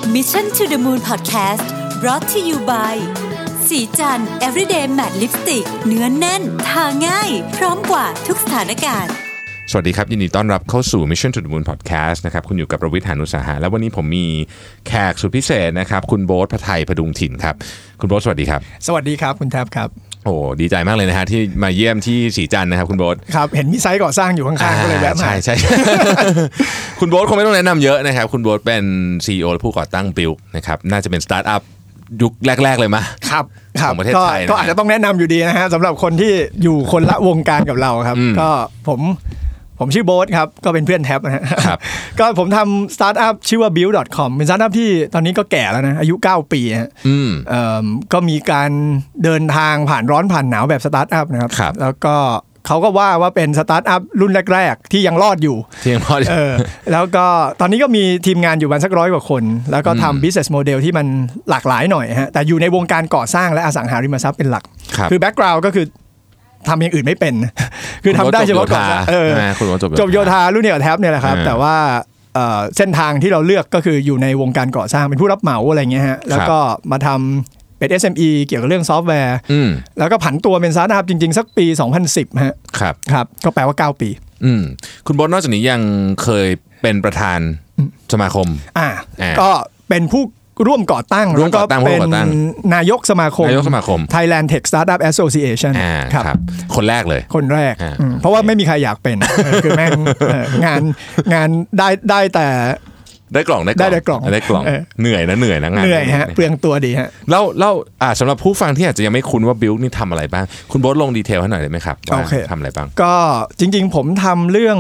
Mission to the Moon Podcast brought to you by สีจัน Everyday Matte Lipstick เนื้อนแน่นทาง่ายพร้อมกว่าทุกสถานการณ์สวัสดีครับยินดีต้อนรับเข้าสู่ Mission to the Moon Podcast นะครับคุณอยู่กับประวิทย์ หาญอุตสาหะแล้ววันนี้ผมมีแขกสุดพิเศษนะครับคุณโบ๊ท พไทยพดุงถิ่นครับคุณโบ๊ทสวัสดีครับสวัสดีครับคุณแท็บครับโอ้ดีใจมากเลยนะฮะที่มาเยี่ยมที่สีจันทร์นะครับคุณโบ๊ทครับเห็นมีไซต์ก่อสร้างอยู่ข้างๆก็เลยแวะมาใช่ คุณโบ๊ทคงไม่ต้องแนะนำเยอะนะครับคุณโบ๊ทเป็น CEO และผู้ก่อตั้ง Build นะครับน่าจะเป็นสตาร์ทอัพยุคแรกๆเลยมั้ยครับของประเทศไทยก็อาจจะต้องแนะนำอยู่ดีนะฮะสำหรับคนที่อยู่คนละวงการกับเราครับก็ผมชื่อโบ๊ทครับก็เป็นเพื่อนแท็บนะฮะก็ผมทำสตาร์ทอัพชื่อว่า build.com เป็นสตาร์ทอัพที่ตอนนี้ก็แก่แล้วนะอายุ9ปีฮะก็มีการเดินทางผ่านร้อนผ่านหนาวแบบสตาร์ทอัพนะครับแล้วก็เขาก็ว่าเป็นสตาร์ทอัพรุ่นแรกๆที่ยังรอดอยู่แล้วก็ตอนนี้ก็มีทีมงานอยู่ประมาณสัก100 กว่าคนแล้วก็ทำ business model ที่มันหลากหลายหน่อยฮะแต่อยู่ในวงการก่อสร้างและอสังหาริมทรัพย์เป็นหลักคือ background ก็คือทำอย่างอื่นไม่เป็นคือทำได้เฉพาะก่อนจบโยธารุ่นเดียวกับแท็บเนี่ยแหละครับแต่ว่าเส้นทางที่เราเลือกก็คืออยู่ในวงการก่อสร้างเป็นผู้รับเหมาอะไรเงี้ยฮะแล้วก็มาทำเป็น SME เกี่ยวกับเรื่องซอฟต์แวร์แล้วก็ผันตัวเป็นสตาร์ทอัพจริงๆสักปี2010ฮะครับก็แปลว่า9ปีคุณโบ๊ทนอกจากนี้ยังเคยเป็นประธานสมาคมก็เป็นผู้ร่วมก่อตั้งแล้วก็เป็นนายกสมาคม Thailand Tech Startup Association ครับคนแรกเลยคนแรกเพราะว่าไม่มีใครอยากเป็นคือแม่งงานได้แต่ได้กล่องเหนื่อยนะงานเหนื่อยฮะเปลืองตัวดีฮะแล้วสำหรับผู้ฟังที่อาจจะยังไม่คุ้นว่า Build นี่ทำอะไรบ้างคุณโบ๊ทลงดีเทลให้หน่อยได้ไหมครับว่าทำอะไรบ้างก็จริงๆผมทำเรื่อง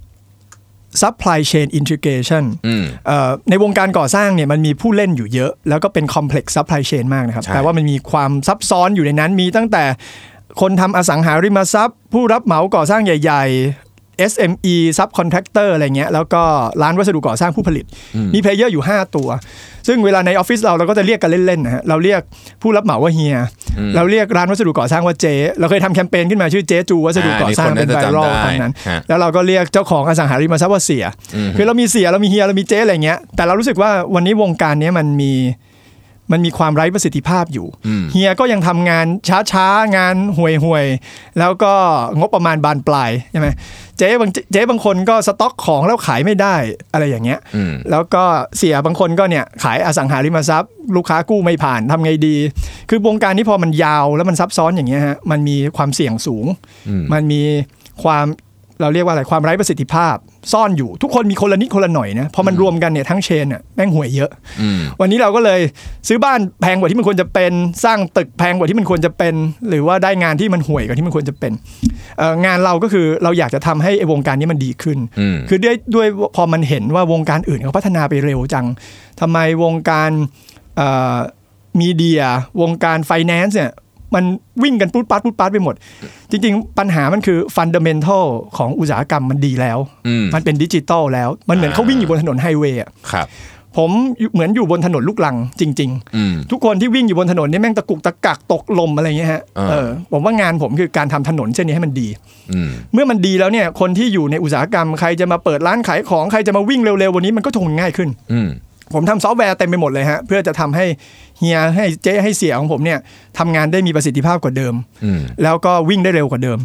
supply chain integration ในวงการก่อสร้างเนี่ยมันมีผู้เล่นอยู่เยอะแล้วก็เป็น complex supply chain มากนะครับแต่ว่ามันมีความซับซ้อนอยู่ในนั้นมีตั้งแต่คนทำอสังหาริมทรัพย์ผู้รับเหมาก่อสร้างใหญ่ๆ SME subcontractor อะไรเงี้ยแล้วก็ร้านวัสดุก่อสร้างผู้ผลิตมีเพลเยอร์อยู่5ตัวซึ่งเวลาในออฟฟิศเราก็จะเรียกกันเล่นๆนะฮะเราเรียกผู้รับเหมาว่าเฮียเราเรียกร้านวัสดุก่อสร้างว่าเจ๊เราเคยทำแคมเปญขึ้นมาชื่อเจ๊จูวัสดุก่อสร้างเป็นไวรัลตอนนั้นแล้วเราก็เรียกเจ้าของอสังหาริมทรัพย์ว่าเสียคือเรามีเสียเรามีเฮียเรามีเจ๊อะไรเงี้ยแต่เรารู้สึกว่าวันนี้วงการนี้มันมีความไร้ประสิทธิภาพอยู่เฮียก็ยังทำงานช้าๆงานห่วยๆแล้วก็งบประมาณบานปลายใช่ไหมเจ๊บางคนก็สต็อกของแล้วขายไม่ได้อะไรอย่างเงี้ยแล้วก็เสียบางคนก็เนี่ยขายอสังหาริมทรัพย์ลูกค้ากู้ไม่ผ่านทำไงดีคือวงการนี้พอมันยาวแล้วมันซับซ้อนอย่างเงี้ยฮะมันมีความเสี่ยงสูงมันมีความเราเรียกว่าอะไรความไร้ประสิทธิภาพซ่อนอยู่ทุกคนมีคนละนิดคนละหน่อยนะพอมันรวมกันเนี่ยทั้งเชนน่ะแม่งห่วยเยอะวันนี้เราก็เลยซื้อบ้านแพงกว่าที่มันควรจะเป็นสร้างตึกแพงกว่าที่มันควรจะเป็นหรือว่าได้งานที่มันห่วยกว่าที่มันควรจะเป็นงานเราก็คือเราอยากจะทำให้วงการนี้มันดีขึ้นคือด้วยพอมันเห็นว่าวงการอื่นเขาพัฒนาไปเร็วจังทำไมวงการมีเดียวงการไฟแนนซ์เนี่ยมันวิ่งกันปุ๊ดปั๊ดไปหมดจริงๆปัญหามันคือฟันดาเมนทัลของอุตสาหกรรมมันดีแล้วมันเป็นดิจิตอลแล้วมันเหมือนเขาวิ่งอยู่บนถนนไฮเวย์อ่ะผมเหมือนอยู่บนถนนลูกรังจริงๆทุกคนที่วิ่งอยู่บนถนนนี่แม่งตะกุกตะกักตกลมอะไรเงี้ยฮะผมว่างานผมคือการทำถนนเช่นนี้ให้มันดีเมื่อมันดีแล้วเนี่ยคนที่อยู่ในอุตสาหกรรมใครจะมาเปิดร้านขายของใครจะมาวิ่งเร็วๆวันนี้มันก็คงง่ายขึ้นผมทำซอฟต์แวร์เต็มไปหมดเลยฮะเพื่อจะทำให้เฮียให้เจ๊ให้เสียของผมเนี่ยทำงานได้มีประสิทธิภาพกว่าเดิมแล้วก็วิ่งได้เร็วกว่าเดิม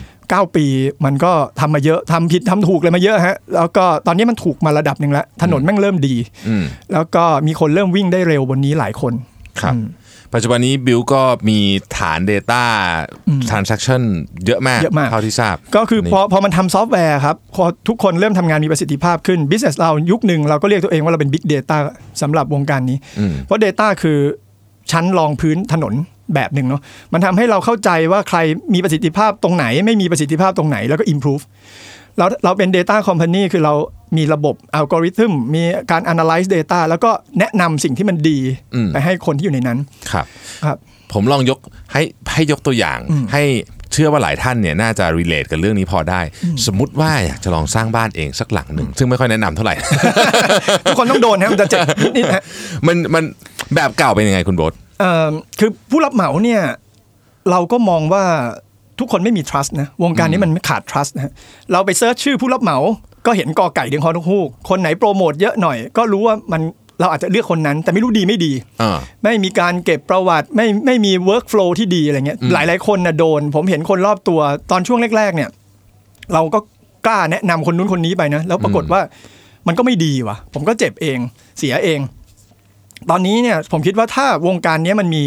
9 ปีมันก็ทำมาเยอะทำผิดทำถูกเลยมาเยอะฮะแล้วก็ตอนนี้มันถูกมาระดับนึงแล้วถนนแม่งเริ่มดีแล้วก็มีคนเริ่มวิ่งได้เร็วบนนี้หลายคนครับปัจจุบันนี้บิลก็มีฐาน Data Transaction เยอะมากเท่าที่ทราบก็คือพอมันทำซอฟต์แวร์ครับพอทุกคนเริ่มทำงานมีประสิทธิภาพขึ้น Business เรายุคหนึ่งเราก็เรียกตัวเองว่าเราเป็น Big Data สำหรับวงการนี้เพราะ Data คือชั้นรองพื้นถนนแบบหนึ่งเนาะมันทำให้เราเข้าใจว่าใครมีประสิทธิภาพตรงไหนไม่มีประสิทธิภาพตรงไหนแล้วก็ improve เราเป็น Data Company คือเรามีระบบอัลกอริทึมมีการ analyze data แล้วก็แนะนำสิ่งที่มันดีไปให้คนที่อยู่ในนั้นครับผมลองให้ยกตัวอย่างให้เชื่อว่าหลายท่านเนี่ยน่าจะ relate กับเรื่องนี้พอได้สมมุติว่าอยากจะลองสร้างบ้านเองสักหลังหนึ่งซึ่งไม่ค่อยแนะนำเท่าไหร่ทุกคนต้องโดนนะมันจะเจ็บนิดๆฮะมันแบบเก่าเป็นยังไงคุณโบ๊ทคือผู้รับเหมาเนี่ยเราก็มองว่าทุกคนไม่มี trust นะวงการนี้มันขาด trust นะเราไปเสิร์ชชื่อผู้รับเหมาก็เห็นกอไก่เดียงฮอนกฮูกคนไหนโปรโมทเยอะหน่อยก็รู้ว่ามันเราอาจจะเลือกคนนั้นแต่ไม่รู้ดีไม่ดีไม่มีการเก็บประวัติไม่มี workflow ที่ดีอะไรเงี้ยหลายๆคนนะโดนผมเห็นคนรอบตัวตอนช่วงแรกๆเนี่ยเราก็กล้าแนะนำคนนู้นคนนี้ไปนะแล้วปรากฏว่ามันก็ไม่ดีว่ะผมก็เจ็บเองเสียเองตอนนี้เนี่ยผมคิดว่าถ้าวงการนี้มันมี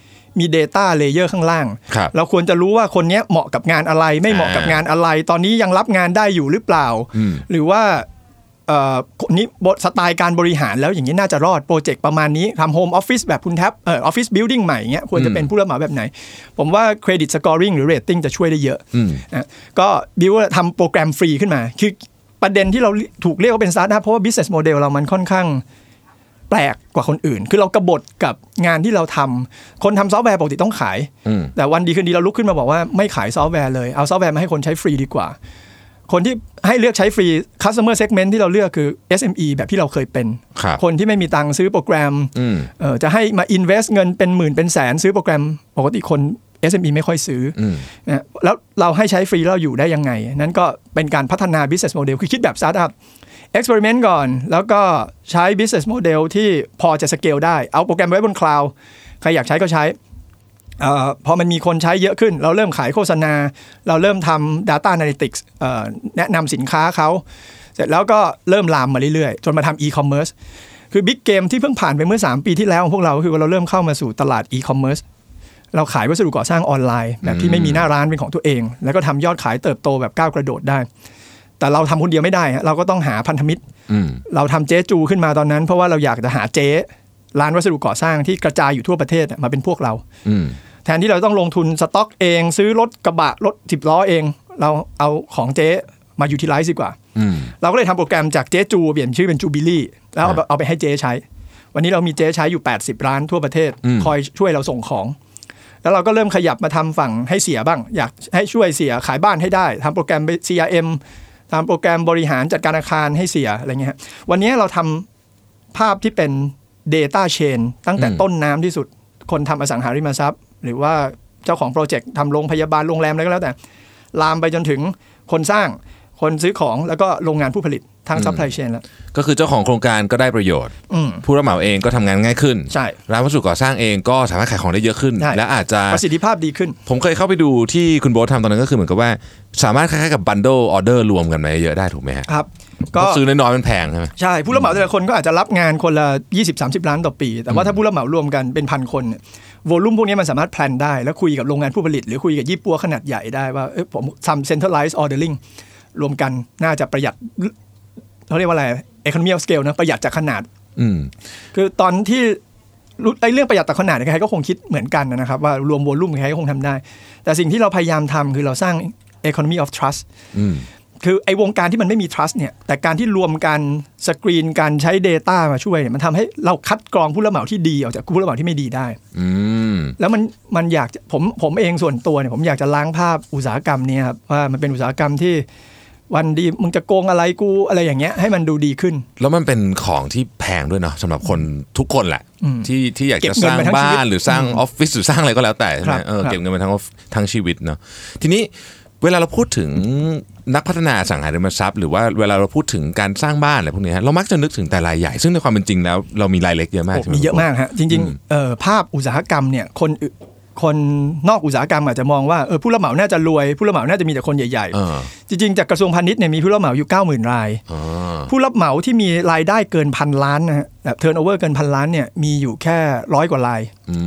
data layer ข้างล่างเราควรจะรู้ว่าคนนี้เหมาะกับงานอะไรไม่เหมาะกับงานอะไรตอนนี้ยังรับงานได้อยู่หรือเปล่าหรือว่านี้สไตล์การบริหารแล้วอย่างนี้น่าจะรอดโปรเจกต์ประมาณนี้ทำโฮมออฟฟิศแบบคุณแท็บออฟฟิศบิลดิ้งใหม่เงี้ยควรจะเป็นผู้รับเหมาแบบไหนผมว่าเครดิตสกอร์ริงหรือเรตติ้งจะช่วยได้เยอะนะก็บิวทำโปรแกรมฟรีขึ้นมาคือประเด็นที่เราถูกเรียกว่าเป็นสตาร์ทอัพเพราะว่า business model เรามันค่อนข้างแปลกกว่าคนอื่นคือเรากบฏกับงานที่เราทำคนทำซอฟต์แวร์ปกติต้องขายแต่วันดีคืนดีเราลุกขึ้นมาบอกว่าไม่ขายซอฟต์แวร์เลยเอาซอฟต์แวร์มาให้คนใช้ฟรีดีกว่าคนที่ให้เลือกใช้ฟรี customer segment ที่เราเลือกคือ SME แบบที่เราเคยเป็นคนที่ไม่มีตังค์ซื้อโปรแกรมจะให้มา invest เงินเป็นหมื่นเป็นแสนซื้อโปรแกรมปกติคน SME ไม่ค่อยซื้อนะแล้วเราให้ใช้ฟรีเราอยู่ได้ยังไงนั้นก็เป็นการพัฒนา business model คือคิดแบบ startup experiment ก่อนแล้วก็ใช้ business model ที่พอจะ scale ได้เอาโปรแกรมไว้บน cloud ใครอยากใช้ก็ใช้พอมันมีคนใช้เยอะขึ้นเราเริ่มขายโฆษณาเราเริ่มทำ data analytics แนะนำสินค้าเขาเสร็จแล้วก็เริ่มลามมาเรื่อยๆจนมาทำ e-commerce คือ big game ที่เพิ่งผ่านไปเมื่อ3ปีที่แล้วของพวกเราคือว่าเราเริ่มเข้ามาสู่ตลาด e-commerce เราขายวัสดุก่อสร้างออนไลน์แบบที่ไม่มีหน้าร้านเป็นของตัวเองแล้วก็ทำยอดขายเติบโตแบบก้าวกระโดดได้แต่เราทำคนเดียวไม่ได้เราก็ต้องหาพันธมิตรเราทำเจ๊จูขึ้นมาตอนนั้นเพราะว่าเราอยากจะหาเจ๊ร้านวัสดุก่อสร้างที่กระจายอยู่ทั่วประเทศมาเป็นพวกเราแทนที่เราต้องลงทุนสต็อกเองซื้อรถกระบะรถ10ล้อเองเราเอาของเจ๊มายูทิลไลซ์ดีกว่าเราก็เลยทำโปรแกรมจากเจ๊จูเปลี่ยนชื่อเป็นจูบิลี่แล้วเอาไปให้เจ๊ใช้วันนี้เรามีเจ๊ใช้อยู่80ร้านทั่วประเทศคอยช่วยเราส่งของแล้วเราก็เริ่มขยับมาทำฝั่งให้เสียบ้างอยากให้ช่วยเสียขายบ้านให้ได้ทำโปรแกรม CRM ทำโปรแกรมบริหารจัดการอาคารให้เสียอะไรเงี้ยวันนี้เราทำภาพที่เป็น data chain ตั้งแต่ต้นน้ำที่สุดคนทำอสังหาริมทรัพย์หรือว่าเจ้าของโปรเจกต์ทำโรงพยาบาลโรงแรมอะไรก็แล้วแต่ลามไปจนถึงคนสร้างคนซื้อของแล้วก็โรงงานผู้ผลิตทั้งซัพพลายเชนแล้วก็คือเจ้าของโครงการก็ได้ประโยชน์ผู้รับเหมาเองก็ทำงานง่ายขึ้นใช่ร้านวัสดุก่อสร้างเองก็สามารถขายของได้เยอะขึ้นและอาจจะประสิทธิภาพดีขึ้นผมเคยเข้าไปดูที่คุณโบ๊ททำตอนนั้นก็คือเหมือนกับว่าสามารถคล้ายๆกับบันเดิลออเดอร์รวมกันมาเยอะได้ถูกไหมครับก็ซื้อน้อยๆมันแพงใช่ไหมใช่ผู้รับเหมาแต่ละคนก็อาจจะรับงานคนละ 20-30 ล้านต่อปีแต่ว่าถ้าผู้รับเหมารวมกันเป็นพันคนโวลุ่มพวกนี้มันสามารถแพลนได้แล้วคุยกับโรงงานผู้ผลิตหรือคุยกับยี่ปัวขนาดใหญ่ได้ว่าผมทำ centralized ordering รวมกันน่าจะประหยัดเขาเรียกว่าอะไร economy of scale นะประหยัดจากขนาดคือตอนที่เรื่องประหยัดจากขนาดใครก็คงคิดเหมือนกันนะครับว่ารวมโวลุ่มใครก็คงทำได้แต่สิ่งที่เราพยายามทำคือเราสร้าง economy of trust คือไอ้วงการที่มันไม่มี trust เนี่ยแต่การที่รวมกันสกรีนการใช้ data มาช่วยมันทำให้เราคัดกรองผู้รับเหมาที่ดีออกจากผู้รับเหมาที่ไม่ดีได้แล้วมันอยากผมเองส่วนตัวเนี่ยผมอยากจะล้างภาพอุตสาหกรรมนี้ครับว่ามันเป็นอุตสาหกรรมที่วันดีมึงจะโกงอะไรกูอะไรอย่างเงี้ยให้มันดูดีขึ้นแล้วมันเป็นของที่แพงด้วยเนาะสำหรับคนทุกคนแหละที่อยากจะสร้างบ้านหรือสร้างออฟฟิศหรือสร้างอะไรก็แล้วแต่ใช่ไหมเก็บเงินมาทั้งชีวิตเนาะทีนี้เวลาเราพูดถึงนักพัฒนาอสังหาริมทรัพย์หรือว่าเวลาเราพูดถึงการสร้างบ้านอะไรพวกนี้เรามักจะนึกถึงแต่รายใหญ่ซึ่งในความเป็นจริงแล้วเรามีรายเล็กเยอะมากมีเยอะมากฮะจริงๆภาพอุตสาหกรรมเนี่ยคนนอกอุตสาหกรรมอาจจะมองว่าผู้รับเหมาน่าจะรวยผู้รับเหมาน่าจะมีแต่คนใหญ่ๆจริงๆจากกระทรวงพาณิชย์เนี่ยมีผู้รับเหมาอยู่ 90,000 รายผู้รับเหมาที่มีรายได้เกิน1,000 ล้านนะฮะแบบเทิร์นโอเวอร์เกิน1,000 ล้านเนี่ยมีอยู่แค่100กว่าราย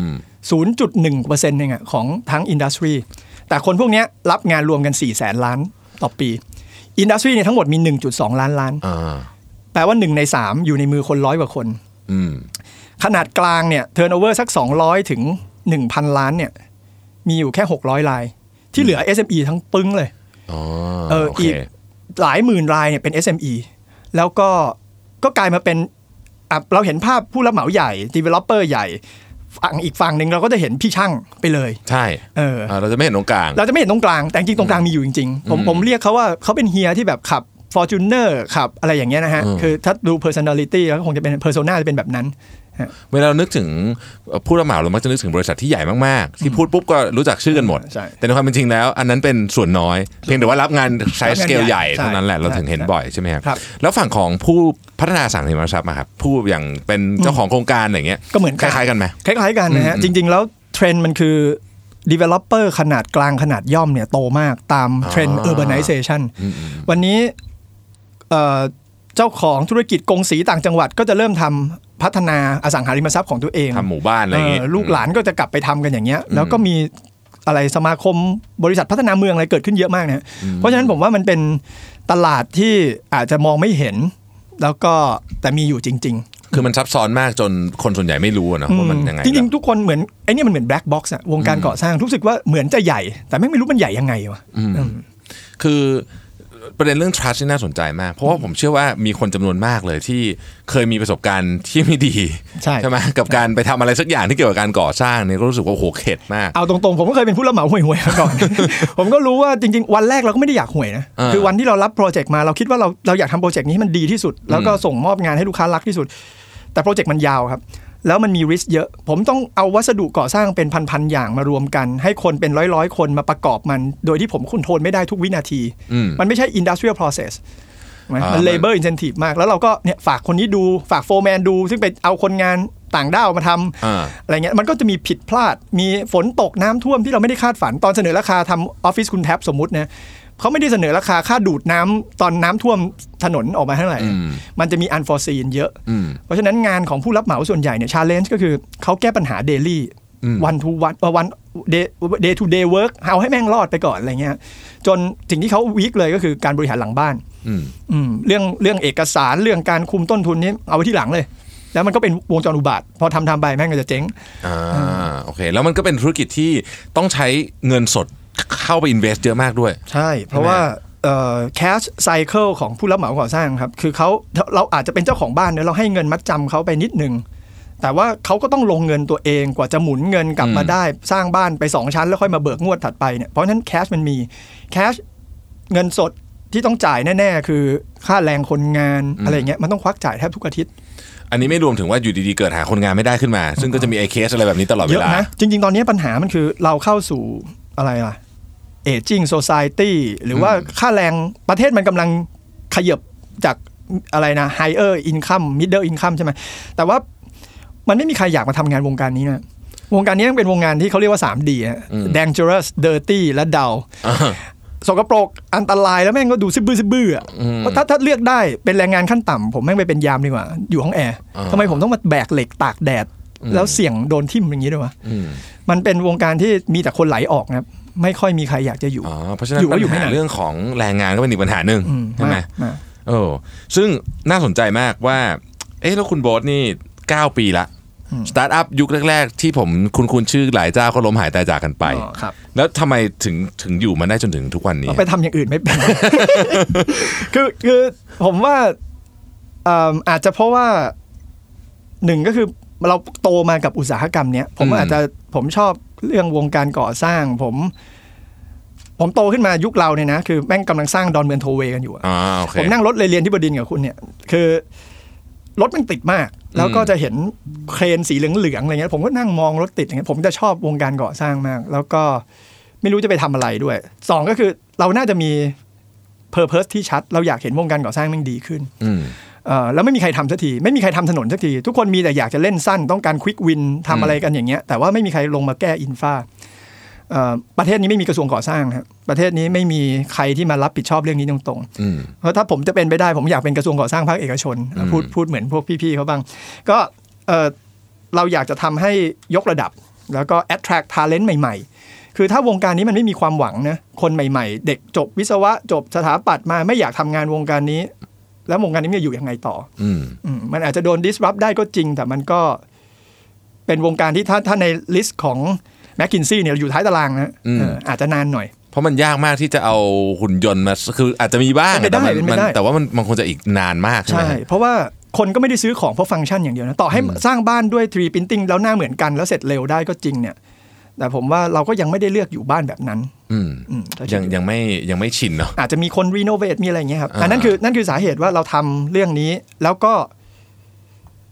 0.1% เองอ่ะของทั้งอินดัสทรีแต่คนพวกนี้รับงานรวมกัน 400,000 ล้านต่อปีอินดัสทรีเนี่ยทั้งหมดมี 1.2 ล้านแปลว่า1ใน3อยู่ในมือคน100กว่าคนขนาดกลางเนี่ยเทิร์นโอเวอร์สัก200ถึง1,000 ล้านเนี่ยมีอยู่แค่600รายที่เหลือ SME ทั้งปึ้งเลยอีกหลายหมื่นรายเนี่ยเป็น SME แล้วก็กลายมาเป็นเราเห็นภาพผู้รับเหมาใหญ่ developer ใหญ่อีกฝั่งหนึ่งเราก็จะเห็นพี่ช่างไปเลยใช่เราจะไม่เห็นตรงกลางแต่จริงตรงกลางมีอยู่จริงๆผมเรียกเขาว่าเขาเป็นเฮียที่แบบขับ Fortuner ขับอะไรอย่างเงี้ยนะฮะคือถ้าดู personality แล้วคงจะเป็น persona จะเป็นแบบนั้นเวลาเรานึกถึงผู้รับเหมาเรามักจะนึกถึงบริษัทที่ใหญ่มากๆที่พูดปุ๊บก็รู้จักชื่อกันหมดแต่ในความเป็นจริงแล้วอันนั้นเป็นส่วนน้อยเพียงแต่ว่ารับงานใช้สเกลใหญ่เท่านั้นแหละเราถึงเห็นบ่อยใช่ไหมครับแล้วฝั่งของผู้พัฒนาอสังหาริมทรัพย์ครับผู้อย่างเป็นเจ้าของโครงการอะไรเงี้ยก็เหมือนคล้ายๆกันไหมคล้ายๆกันนะฮะจริงๆแล้วเทรนด์มันคือ developer ขนาดกลางขนาดย่อมเนี่ยโตมากตามเทรนด์ urbanization วันนี้เจ้าของธุรกิจกงสีต่างจังหวัดก็จะเริ่มทำพัฒนาอสังหาริมทรัพย์ของตัวเองทำหมู่บ้านอะไรอย่างเงี้ยลูกหลานก็จะกลับไปทำกันอย่างเงี้ยแล้วก็มีอะไรสมาคมบริษัทพัฒนาเมืองอะไรเกิดขึ้นเยอะมากนะเพราะฉะนั้นผมว่ามันเป็นตลาดที่อาจจะมองไม่เห็นแล้วก็แต่มีอยู่จริงๆคือมันซับซ้อนมากจนคนส่วนใหญ่ไม่รู้นะว่ามันยังไงจริงๆทุกคนเหมือนไอ้นี่มันเหมือน black box อะวงการก่อสร้างรู้สึกว่าเหมือนจะใหญ่แต่ไม่รู้มันใหญ่ยังไงวะคือประเด็นเรื่อง trust นี่น่าสนใจมากเพราะว่าผมเชื่อว่ามีคนจำนวนมากเลยที่เคยมีประสบการณ์ที่ไม่ดีใช่ไหมกับการไปทำอะไรสักอย่างที่เกี่ยวกับการก่อสร้างเนี่ยก็รู้สึกว่าโหเข็ดมากเอาตรงๆผมก็เคยเป็นผู้รับเหมาห่วยๆมาก่อน ผมก็รู้ว่าจริงๆวันแรกเราก็ไม่ได้อยากห่วยนะคือวันที่เรารับโปรเจกต์มาเราคิดว่าเราอยากทำโปรเจกต์นี้ให้มันดีที่สุดแล้วก็ส่งมอบงานให้ลูกค้ารักที่สุดแต่โปรเจกต์มันยาวครับแล้วมันมีริสเยอะผมต้องเอาวัสดุก่อสร้างเป็นพันๆอย่างมารวมกันให้คนเป็นร้อยๆคนมาประกอบมันโดยที่ผมคอนโทรลไม่ได้ทุกวินาทีมันไม่ใช่ industrial process มัน labor intensive มากแล้วเราก็เนี่ยฝากคนนี้ดูฝากโฟร์แมนดูซึ่งไปเอาคนงานต่างด้าวมาทำอะไรเงี้ยมันก็จะมีผิดพลาดมีฝนตกน้ำท่วมที่เราไม่ได้คาดฝันตอนเสนอราคาทำออฟฟิศคุณแท็บสมมุตินะเขาไม่ได้เสนอราคาค่าดูดน้ำตอนน้ำท่วมถนนออกมาเท่าไหร่มันจะมี unforeseen เยอะเพราะฉะนั้นงานของผู้รับเหมาส่วนใหญ่เนี่ย challenge ก็คือเขาแก้ปัญหา daily one to one day to day work เอาให้แม่งรอดไปก่อนอะไรเงี้ยจนสิ่งที่เขาวีคเลยก็คือการบริหารหลังบ้านเรื่องเอกสารเรื่องการคุมต้นทุนนี้เอาไว้ที่หลังเลยแล้วมันก็เป็นวงจรอุบาทพอทำไปแม่งก็จะเจ๊งโอเคแล้วมันก็เป็นธุรกิจที่ต้องใช้เงินสดเข้าไป invest เยอะมากด้วยใช่เพราะว่าcash cycle ของผู้รับเหมาก่อสร้างครับคือเราอาจจะเป็นเจ้าของบ้านเนี่ยเราให้เงินมัดจำเขาไปนิดนึงแต่ว่าเขาก็ต้องลงเงินตัวเองกว่าจะหมุนเงินกลับมาได้สร้างบ้านไป2ชั้นแล้วค่อยมาเบิกงวดถัดไปเนี่ยเพราะฉะนั้น cash มันมี cash เงินสดที่ต้องจ่ายแน่ๆคือค่าแรงคนงานอะไรอย่างเงี้ยมันต้องควักจ่ายแทบทุกอาทิตย์อันนี้ไม่รวมถึงว่าอยู่ดีๆเกิดหาคนงานไม่ได้ขึ้นมาซึ่งก็จะมีไอ้เคสอะไรแบบนี้ตลอดเวลาเยอะนะจริงๆตอนนี้ปัญหามันคือเราเข้าสู่อะไรล่ะaging society หรือว่าค่าแรงประเทศมันกำลังขยับจากอะไรนะ higher income middle income ใช่ไหมแต่ว่ามันไม่มีใครอยากมาทำงานวงการนี้นะวงการนี้ต้องเป็นวงงานที่เขาเรียกว่า 3D dangerous dirty และ dull สกปรกอันตรายแล้วแม่งก็ดูซิบื้อเพราะถ้าเลือกได้เป็นแรงงานขั้นต่ำผมแม่งไปเป็นยามดีกว่าอยู่ห้องแอร์ทำไมผมต้องมาแบกเหล็กตากแดดแล้วเสี่ยงโดนทิ่มอย่างนี้ด้วยวะมันเป็นวงการที่มีแต่คนไหลออกนะครับไม่ค่อยมีใครอยากจะอยู่เพราะฉะนั้นปัญหาเรื่องของแรงงานก็เป็นอีกปัญหาหนึ่งใช่ไหมซึ่งน่าสนใจมากว่าแล้วคุณโบ๊ทนี่9 ปีละสตาร์ทอัพยุคแรกๆที่ผมคุณชื่อหลายเจ้าก็ล้มหายตายจากกันไปแล้วทำไมถึงอยู่มาได้จนถึงทุกวันนี้ไปทำอย่างอื่นไม่เป็น คือผมว่าอาจจะเพราะว่าหนึ่งก็คือเราโตมากับอุตสาหกรรมเนี้ยผมชอบเรื่องวงการก่อสร้างผมโตขึ้นมายุคเราเนี่ยนะคือแม่งกำลังสร้างดอนเมืองโทเวกันอยู่ผมนั่งรถเรียนที่บดินทร์กับคุณเนี่ยคือรถมันติดมากแล้วก็จะเห็นเครนสีเหลืองๆอะไรเงี้ยผมก็นั่งมองรถติดอย่างเงี้ยผมจะชอบวงการก่อสร้างมากแล้วก็ไม่รู้จะไปทำอะไรด้วย2ก็คือเราน่าจะมี purpose ที่ชัดเราอยากเห็นวงการก่อสร้างมันดีขึ้นแล้วไม่มีใครทำสักทีไม่มีใครทำถนนสักทีทุกคนมีแต่อยากจะเล่นสั้นต้องการควิกวินทำอะไรกันอย่างเงี้ยแต่ว่าไม่มีใครลงมาแก้อินฟราประเทศนี้ไม่มีกระทรวงก่อสร้างครับประเทศนี้ไม่มีใครที่มารับผิดชอบเรื่องนี้ตรงๆเพราะถ้าผมจะเป็นไปได้ผมอยากเป็นกระทรวงก่อสร้างภาคเอกชนพูดเหมือนพวกพี่ๆเขาบ้างก็เราอยากจะทำให้ยกระดับแล้วก็ attract talent ใหม่ๆคือถ้าวงการนี้มันไม่มีความหวังนะคนใหม่ๆเด็กจบวิศวะจบสถาปัตย์มาไม่อยากทำงานวงการนี้แล้ววงการนี้มันจะอยู่ยังไงต่อมันอาจจะโดน disrupt ได้ก็จริงแต่มันก็เป็นวงการที่ถ้าในลิสต์ของแมคคินซี่เนี่ยอยู่ท้ายตารางนะอาจจะนานหน่อยเพราะมันยากมากที่จะเอาหุ่นยนต์มาคืออาจจะมีบ้างแต่ว่ามันคงจะอีกนานมากใช่ไหมเพราะว่าคนก็ไม่ได้ซื้อของเพราะฟังก์ชันอย่างเดียวนะต่อให้สร้างบ้านด้วย 3D printing แล้วหน้าเหมือนกันแล้วเสร็จเร็วได้ก็จริงเนี่ยแต่ผมว่าเราก็ยังไม่ได้เลือกอยู่บ้านแบบนั้นยังไม่ชินเนาะอาจจะมีคนรีโนเวทมีอะไรอย่างเงี้ยครับนั่นคือสาเหตุว่าเราทำเรื่องนี้แล้วก็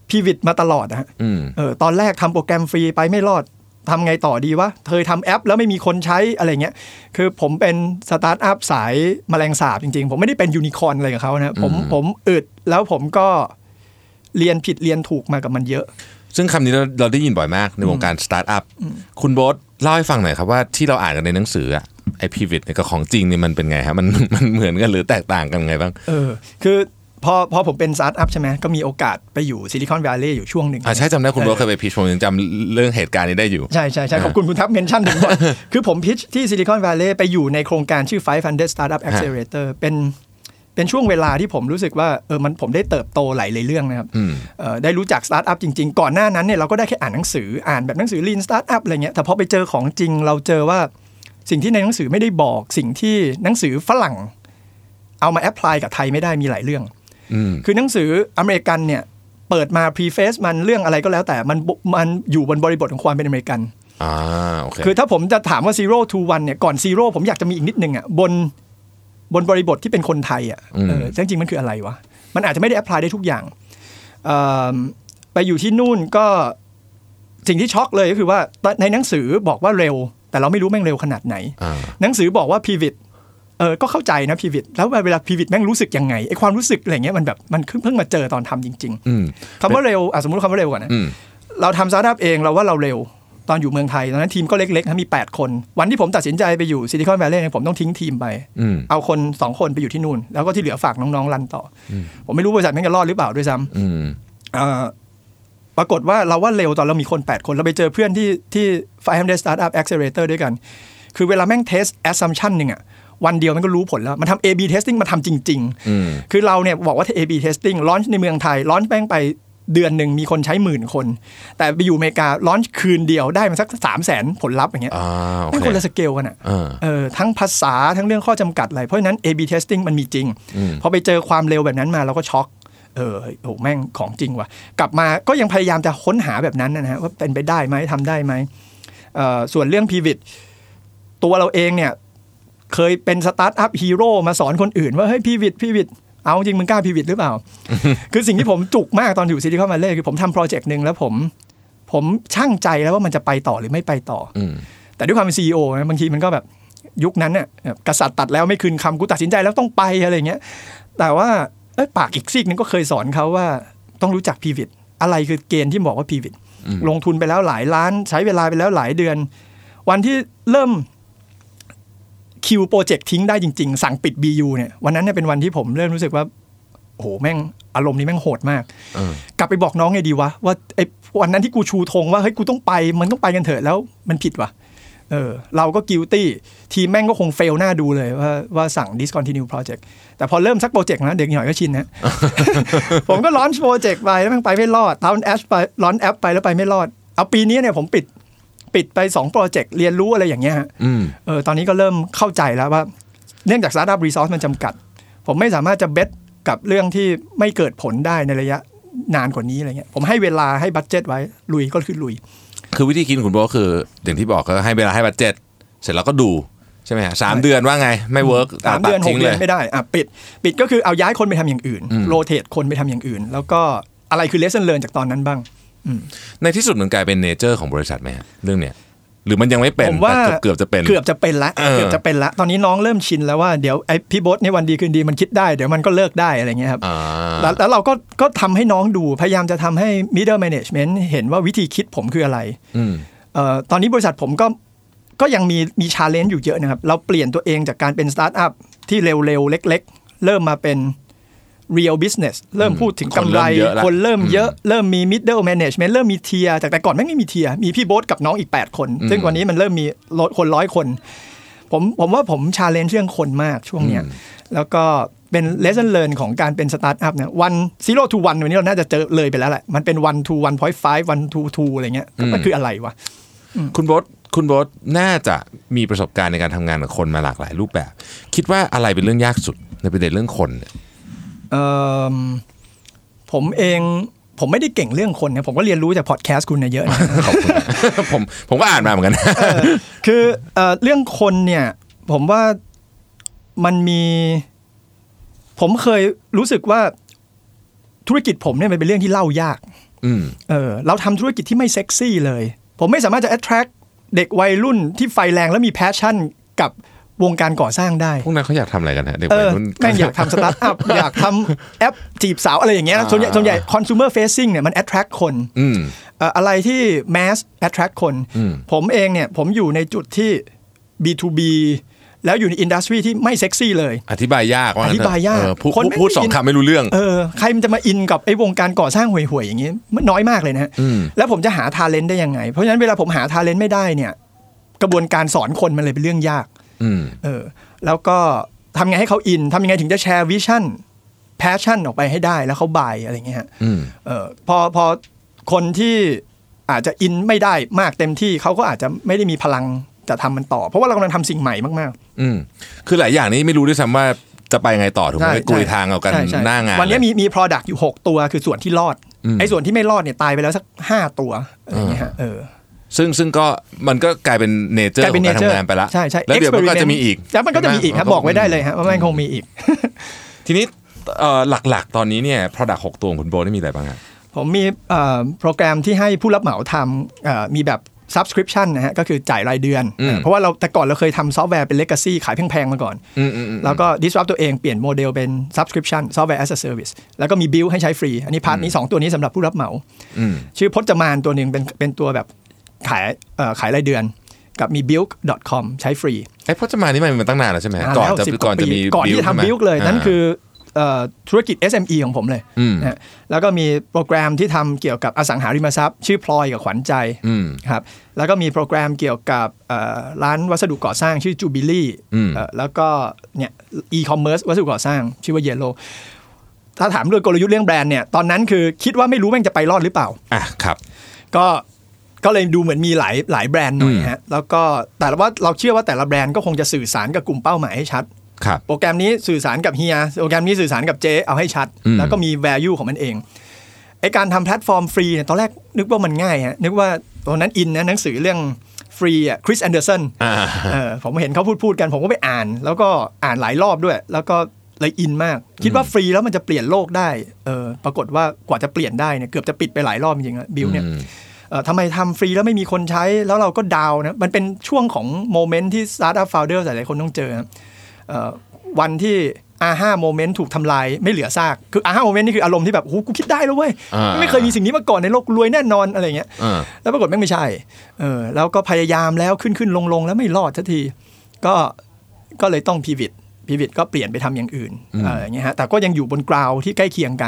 pivot มาตลอดนะฮะตอนแรกทำโปรแกรมฟรีไปไม่รอดทำไงต่อดีวะเคยทำแอปแล้วไม่มีคนใช้อะไรเงี้ยคือผมเป็นสตาร์ทอัพสายแมลงสาบจริงๆผมไม่ได้เป็นยูนิคอร์นอะไรกับเขานะผมอึดแล้วผมก็เรียนผิดเรียนถูกมากับมันเยอะซึ่งคำนี้เราได้ยินบ่อยมากในวงการสตาร์ทอัพคุณโบ๊ทเล่าให้ฟังหน่อยครับว่าที่เราอ่านกันในหนังสืออะไอ้ pivot เนี่ยกับของจริงเนี่ยมันเป็นไงครับมันเหมือนกันหรือแตกต่างกันไงบ้างคือพอผมเป็นสตาร์ทอัพใช่ไหมก็มีโอกาสไปอยู่ซิลิคอนแวลลีย์อยู่ช่วงหนึ่งใช่จำได้คุณโบ๊ทเคยไปพิชผมยังจำเรื่องเหตุการณ์นี้ได้อยู่ใช่ขอบคุณทับเมนชั่นถึงก่อนคือผมพิชที่ซิลิคอนแวลลีย์ไปอยู่ในโครงการชื่อ500 Startup Accelerator เป็นช่วงเวลาที่ผมรู้สึกว่าผมได้เติบโตหลายเรื่องนะครับได้รู้จักสตาร์ทอัพจริงๆก่อนหน้านั้นเนี่ยเราก็ได้แค่อ่านหนังสือแบบหนังสือ Lean Startup อะไรเงี้ยแต่พอไปเจอของจริงเราเจอว่าสิ่งที่ในหนังสือไม่ได้บอกสิ่งที่หนังสือฝรั่งเอามาแอพพลายกับไทยไม่ได้มีหลายเรื่องคือหนังสืออเมริกันเนี่ยเปิดมาพรีเฟซมันเรื่องอะไรก็แล้วแต่มันอยู่บนบริบทของความเป็นอเมริกัน okay. คือถ้าผมจะถามว่า0 to 1เนี่ยก่อน0ผมอยากจะมีอีกนิดนึงอ่ะบนบริบทที่เป็นคนไทยอ่ะจริงๆมันคืออะไรวะมันอาจจะไม่ได้แอพพลายได้ทุกอย่างไปอยู่ที่นู่นก็สิ่งที่ช็อกเลยก็คือว่าในหนังสือบอกว่าเร็วแต่เราไม่รู้แม่งเร็วขนาดไหนหนังสือบอกว่า pivotก็เข้าใจนะ pivot แล้วเวลา pivot แม่งรู้สึกยังไงไอ้ความรู้สึกอะไรเงี้ยมันแบบมันเพิ่งมาเจอตอนทำจริงๆคำว่าเร็วสมมติคำว่าเร็วก่อนนะเราทำสตาร์ทอัพเองเราว่าเราเร็วตอนอยู่เมืองไทยตอนนั้นทีมก็เล็กๆนะมี8คนวันที่ผมตัดสินใจไปอยู่ซิลิคอนแวลลีย์ผมต้องทิ้งทีมไปเอาคน2คนไปอยู่ที่นู่นแล้วก็ที่เหลือฝากน้องๆรันต่อผมไม่รู้บริษัทแม่งจะรอดหรือเปล่าด้วยซ้ำปรากฏว่าเราว่าเร็วตอนเรามีคน8คนเราไปเจอเพื่อนที่500 Startup Accelerator ด้วยกันคือเวลาแม่งเทส assumption นึงอ่ะวันเดียวมันก็รู้ผลแล้วมันทำ A/B testing มาทำจริงๆคือเราเนี่ยบอกว่า A/B testing ลอนช์ในเมืองไทยลอนช์แม่งไปเดือนหนึ่งมีคนใช้10,000 คนแต่ไปอยู่อเมริกาลอนช์คืนเดียวได้มันสัก 300,000 ผลลัพธ์อย่างเงี้ยไม่คนละสเกลกันอ่ะทั้งภาษาทั้งเรื่องข้อจำกัดอะไรเพราะฉะนั้น A/B testing มันมีจริงพอไปเจอความเร็วแบบนั้นมาเราก็ช็อกโอ้แม่งของจริงว่ะกลับมาก็ยังพยายามจะค้นหาแบบนั้นนะฮะว่าเป็นไปได้ไหมทำได้ไหมส่วนเรื่อง pivot ตัวเราเองเนี่ยเคยเป็นสตาร์ทอัพฮีโร่มาสอนคนอื่นว่าเฮ้ยพีวิดเอาจริงมึงกล้าพีวิดหรือเปล่า คือสิ่งที่ผมจุกมากตอนอยู่ซิลิคอนแวลลีย์คือผมทำโปรเจกต์นึงแล้วผมช่างใจแล้วว่ามันจะไปต่อหรือไม่ไปต่อแต่ด้วยความเป็น CEO นะบางทีมันก็แบบยุคนั้นเนี่ยกษัตริย์ตัดแล้วไม่คืนคำกูตัดสินใจแล้วต้องไปอะไรเงี้ยแต่ว่าปากอีกซีกนึงก็เคยสอนเขาว่าต้องรู้จักพีวิดอะไรคือเกณฑ์ที่บอกว่าพีวิดลงทุนไปแล้วหลายล้านใช้เวลาไปแล้วหลายเดือนวันที่เริ่มคิวโปรเจกต์ทิ้งได้จริงๆสั่งปิด BU เนี่ยวันนั้นเนี่ยเป็นวันที่ผมเริ่มรู้สึกว่าโอ้โหแม่งอารมณ์นี้แม่งโหดมากกลับไปบอกน้องไงดีวะว่าไอ้วันนั้นที่กูชูธงว่าเฮ้ยกูต้องไปมันต้องไปกันเถอะแล้วมันผิดว่ะเราก็ guilty ทีมแม่งก็คงเฟลหน้าดูเลยว่าสั่ง discontinue project แต่พอเริ่มสักโปรเจกต์นะเด็กหน่อยก็ชินนะ ผมก็ launch โปรเจกต์ไปแล้วแม่งไปไม่รอด launchแอปไป launch แอปไปแล้วไปไม่รอดเอาปีนี้เนี่ยผมปิดไป2โปรเจกต์เรียนรู้อะไรอย่างเงี้ยฮะตอนนี้ก็เริ่มเข้าใจแล้วว่าเนื่องจาก Startup Resource มันจำกัดผมไม่สามารถจะเบสกับเรื่องที่ไม่เกิดผลได้ในระยะนานกว่านี้อะไรเงี้ยผมให้เวลาให้บัดเจ็ตไว้ลุยก็คือลุยคือวิธีคิดคุณโบ๊ทคืออย่างที่บอกก็ให้เวลาให้บัดเจ็ตเสร็จแล้วก็ดูใช่ไหมฮะ3 เดือนว่าไงไม่เวิร์ก 3 เดือน6 เดือนไม่ได้ปิดก็คือเอาย้ายคนไปทำอย่างอื่นโรเตทคนไปทำอย่างอื่นแล้วก็อะไรคือ lesson learn จากตอนนั้นบ้างในที่สุดมันกลายเป็นเนเจอร์ของบริษัทไหมเรื่องเนี้ยหรือมันยังไม่เป็นผมว่าเกือบจะเป็นละตอนนี้น้องเริ่มชินแล้วว่าเดี๋ยวไอ้พี่โบ๊ทในวันดีคืนดีมันคิดได้เดี๋ยวมันก็เลิกได้อะไรเงี้ยครับแล้วเราก็ทำให้น้องดูพยายามจะทำให้ middle management เห็นว่าวิธีคิดผมคืออะไรตอนนี้บริษัทผมก็ยังมี challenge อยู่เยอะนะครับเราเปลี่ยนตัวเองจากการเป็นสตาร์ทอัพที่เร็วๆเล็กๆเริ่มมาเป็น real business เริ่มพูดถึงกำไรคนเริ่มเยอะเริ่มมี middle management เริ่มมีเทียร์จากแต่ก่อนไม่มีเทียร์มีพี่โบ๊ทกับน้องอีก8คนซึ่งวันนี้มันเริ่มมีคน100 คนผมว่าผม challenge เรื่องคนมากช่วงเนี้ยแล้วก็เป็น lesson learn ของการเป็นสตาร์ทอัพเนี่ย0 to 1วันนี้เราน่าจะเจอเลยไปแล้วแหละมันเป็น1 to 1.5 1 to 2อะไรเงี้ยมันคืออะไรวะคุณโบ๊ทน่าจะมีประสบการณ์ในการทำงานกับคนมาหลากหลายรูปแบบคิดว่าอะไรเป็นเรื่องยากสุดในประเด็นเรื่องคนเนี่ยผมเองผมไม่ได้เก่งเรื่องคนนะผมก็เรียนรู้จากพอดแคสต์คุณเยอะนะขอบคุณผมก็อ่านมาเหมือนกันคือเรื่องคนเนี่ยผมว่ามันมีผมเคยรู้สึกว่าธุรกิจผมเนี่ยมันเป็นเรื่องที่เล่ายากเราทำธุรกิจที่ไม่เซ็กซี่เลยผมไม่สามารถจะ attract เด็กวัยรุ่นที่ไฟแรงและมี passion กับวงการก่อสร้างได้พวกนั้นเขาอยากทำอะไรกันฮะเด็กวัยรุ่นแม่งอยากทำสตาร์ทอัพ อยากทำแอปจีบสาวอะไรอย่างเงี้ยส่วนใหญ่ consumer facing เนี่ยมัน attract คนอะไรที่ mass attract คนผมเองเนี่ยผมอยู่ในจุดที่ B2B แล้วอยู่ในอินดัสทรีที่ไม่เซ็กซี่เลยอธิบายยากว่าอธิบายยากคนพูด2คำไม่รู้เรื่องใครมันจะมาอินกับไอ้วงการก่อสร้างห่วยๆอย่างงี้มันน้อยมากเลยนะฮะแล้วผมจะหาทาเลนต์ได้ยังไงเพราะฉะนั้นเวลาผมหาทาเลนต์ไม่ได้เนี่ยกระบวนการสอนคนมันเลยเป็นเรื่องยากแล้วก็ทำไงให้เขาอินทำยังไงถึงจะแชร์วิชั่นแพชชั่นออกไปให้ได้แล้วเขาบายอะไรเงี้ยพอคนที่อาจจะอินไม่ได้มากเต็มที่เขาก็อาจจะไม่ได้มีพลังจะทำมันต่อเพราะว่าเรากำลังทำสิ่งใหม่มากๆคือหลายอย่างนี้ไม่รู้ด้วยซ้ำว่าจะไปไงต่อถูกไหมกุยทางเอากันหน้างานวันนี้มี product อยู่6ตัวคือส่วนที่รอดไอ้ส่วนที่ไม่รอดเนี่ยตายไปแล้วสัก5ตัวอะไรเงี้ยฮะซึ่งก็มันก็กลายเป็นเนเจอร์ของการทำงานไปละใช่แล้วเดี๋ยวมันก็จะมีอีกแล้วมันก็จะมีอีกครับบอกไว้ได้เลยฮะว่ามันคงมีอีกทีนี้หลักๆตอนนี้เนี่ย product 6ตัวของคุณโบนี่มีอะไรบ้างครับผมมีโปรแกรมที่ให้ผู้รับเหมาทำมีแบบ subscription นะฮะก็คือจ่ายรายเดือนเพราะว่าแต่ก่อนเราเคยทำซอฟต์แวร์เป็น legacy ขายแพงๆมาก่อนแล้วก็ disrupt ตัวเองเปลี่ยนโมเดลเป็น subscription software as a service แล้วก็มี build ให้ใช้ฟรีอันนี้พาร์ทนี้2ตัวนี้สำหรับผู้รับเหมาชื่อพจมานตัวนึงเป็นตัวแบบขายรายเดือนกับมี build.com ใช้ฟรีไอ้พจมานนี่มันตั้งนานแล้วใช่ไหมก่อนจะมีก่อนที่จะทำ build เลยนั่นคือธุรกิจ SME ของผมเลยนะแล้วก็มีโปรแกรมที่ทำเกี่ยวกับอสังหาริมทรัพย์ชื่อพลอยกับขวัญใจครับแล้วก็มีโปรแกรมเกี่ยวกับร้านวัสดุก่อสร้างชื่อจูบิลี่แล้วก็เนี่ย e-commerce วัสดุก่อสร้างชื่อว่า Yellow ถ้าถามเรื่องกลยุทธ์เรื่องแบรนด์เนี่ยตอนนั้นคือคิดว่าไม่รู้แม่งจะไปรอดหรือเปล่าครับก็เลยดูเหมือนมีหลายแบรนด์หน่อยฮะแล้วก็แต่ว่าเราเชื่อว่าแต่ละแบรนด์ก็คงจะสื่อสารกับกลุ่มเป้าหมายให้ชัดโปรแกรมนี้สื่อสารกับเฮียโปรแกรมนี้สื่อสารกับเจ๊เอาให้ชัดแล้วก็มี value ของมันเองไอการทำแพลตฟอร์มฟรีเนี่ยตอนแรกนึกว่ามันง่ายฮะนึกว่าตอนนั้นอินนะหนังสือเรื่องฟรีอ่ะคริสแอนเดอร์สันผมเห็นเขาพูดกันผมก็ไปอ่านแล้วก็อ่านหลายรอบด้วยแล้วก็เลยอินมากคิดว่าฟรีแล้วมันจะเปลี่ยนโลกได้ปรากฏว่ากว่าจะเปลี่ยนได้เนี่ยเกือบจะปิดไปหลายรอบจริงๆบิลเนี่ยทำไมทำฟรีแล้วไม่มีคนใช้แล้วเราก็ดาวนะมันเป็นช่วงของโมเมนต์ที่ Startup Founder หลายๆคนต้องเจอวันที่aha moment ถูกทำลายไม่เหลือซากคือaha moment นี่คืออารมณ์ที่แบบโอ้กูคิดได้แล้วเว้ยไม่เคยมีสิ่งนี้มาก่อนในโลกรวยแน่นอนอะไรเงี้ยแล้วปรากฏไม่ใช่แล้วก็พยายามแล้วขึ้นลงแล้วไม่รอดสักทีก็เลยต้องpivotก็เปลี่ยนไปทำอย่างอื่นอย่างเงี้ยฮะแต่ก็ยังอยู่บนกราวที่ใกล้เคียงกัน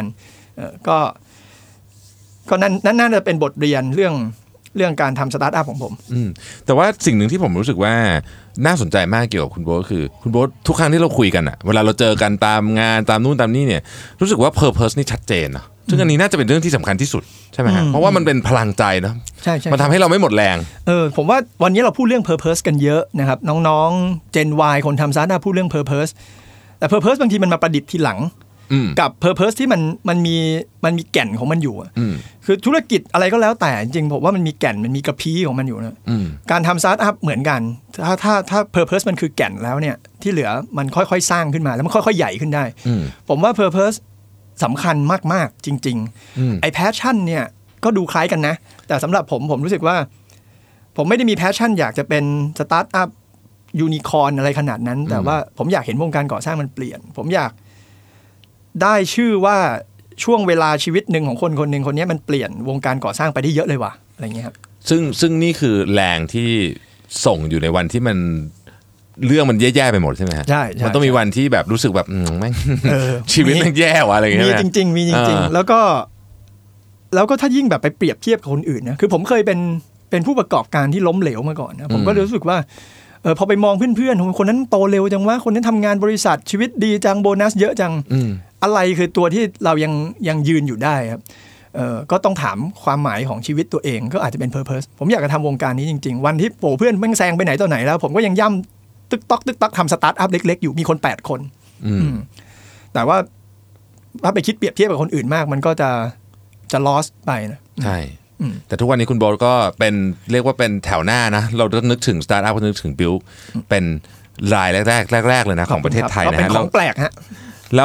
ก็นั่นน่าจะเป็นบทเรียนเรื่องการทำสตาร์ทอัพของผมแต่ว่าสิ่งหนึ่งที่ผมรู้สึกว่าน่าสนใจมากเกี่ยวกับคุณโบ๊ทคือคุณโบ๊ททุกครั้งที่เราคุยกันอะเวลาเราเจอกันตามงานตามนู่นตามนี่เนี่ยรู้สึกว่า purpose นี่ชัดเจนนะซึ่งอันนี้น่าจะเป็นเรื่องที่สำคัญที่สุดใช่ไหมฮะเพราะว่ามันเป็นพลังใจนะใช่มันทำให้เราไม่หมดแรงผมว่าวันนี้เราพูดเรื่อง purpose กันเยอะนะครับน้องๆ Gen Y คนทำสตาร์ทอัพพูดเรื่อง purpose แต่ purpose บางทีมันมาประดิษฐ์ทีหลังกับ purpose ที่มันมีแก่นของมันอยู่คือธุรกิจอะไรก็แล้วแต่จริงๆผมว่ามันมีแก่นมันมีกระพี้ของมันอยู่นะการทำสตาร์ทอัพเหมือนกันถ้า purpose มันคือแก่นแล้วเนี่ยที่เหลือมันค่อยๆสร้างขึ้นมาแล้วมันค่อยๆใหญ่ขึ้นได้ผมว่า purpose สำคัญมากๆจริงๆไอ้ passion เนี่ยก็ดูคล้ายกันนะแต่สำหรับผมรู้สึกว่าผมไม่ได้มี passion อยากจะเป็นสตาร์ทอัพยูนิคอร์นอะไรขนาดนั้นแต่ว่าผมอยากเห็นวงการก่อสร้างมันเปลี่ยนผมอยากได้ชื่อว่าช่วงเวลาชีวิตหนึ่งของคนหนึ่งคนนี้มันเปลี่ยนวงการก่อสร้างไปได้เยอะเลยว่ะอะไรเงี้ยครับซึ่งนี่คือแรงที่ส่งอยู่ในวันที่มันเรื่องมันแย่ๆไปหมดใช่ไหมฮะใช่มันต้องมีวันที่แบบรู้สึกแบบแม่งชีวิตมันแย่ว่ะอะไรเงี้ยมีจริงๆมีจริงๆแล้วก็ถ้ายิ่งแบบไปเปรียบเทียบกับคนอื่นนะคือผมเคยเป็นผู้ประกอบการที่ล้มเหลวมาก่อนนะผมก็รู้สึกว่าพอไปมองเพื่อนๆคนนั้นโตเร็วจังวะคนนั้นทำงานบริษัทชีวิตดีจังโบนัสเยอะจังอะไรคือตัวที่เรายังยืนอยู่ได้ครับก็ต้องถามความหมายของชีวิตตัวเองก็อาจจะเป็น purpose ผมอยากจะทำวงการนี้จริงๆวันที่โผล่เพื่อนแม่งแซงไปไหนต่อไหนแล้วผมก็ยังย่ำตึกตักทำสตาร์ทอัพเล็กๆอยู่มีคน8คนแต่ว่าถ้าไปคิดเปรียบเทียบกับคนอื่นมากมันก็จะ lost ไปนะใช่แต่ทุกวันนี้คุณโบ๊ทก็เป็นเรียกว่าเป็นแถวหน้านะเราต้องนึกถึงสตาร์ทอัพก็นึกถึงบิลเป็นรายแรกเลยนะของประเทศไทยนะฮะเป็นของแปลกฮะแล้ว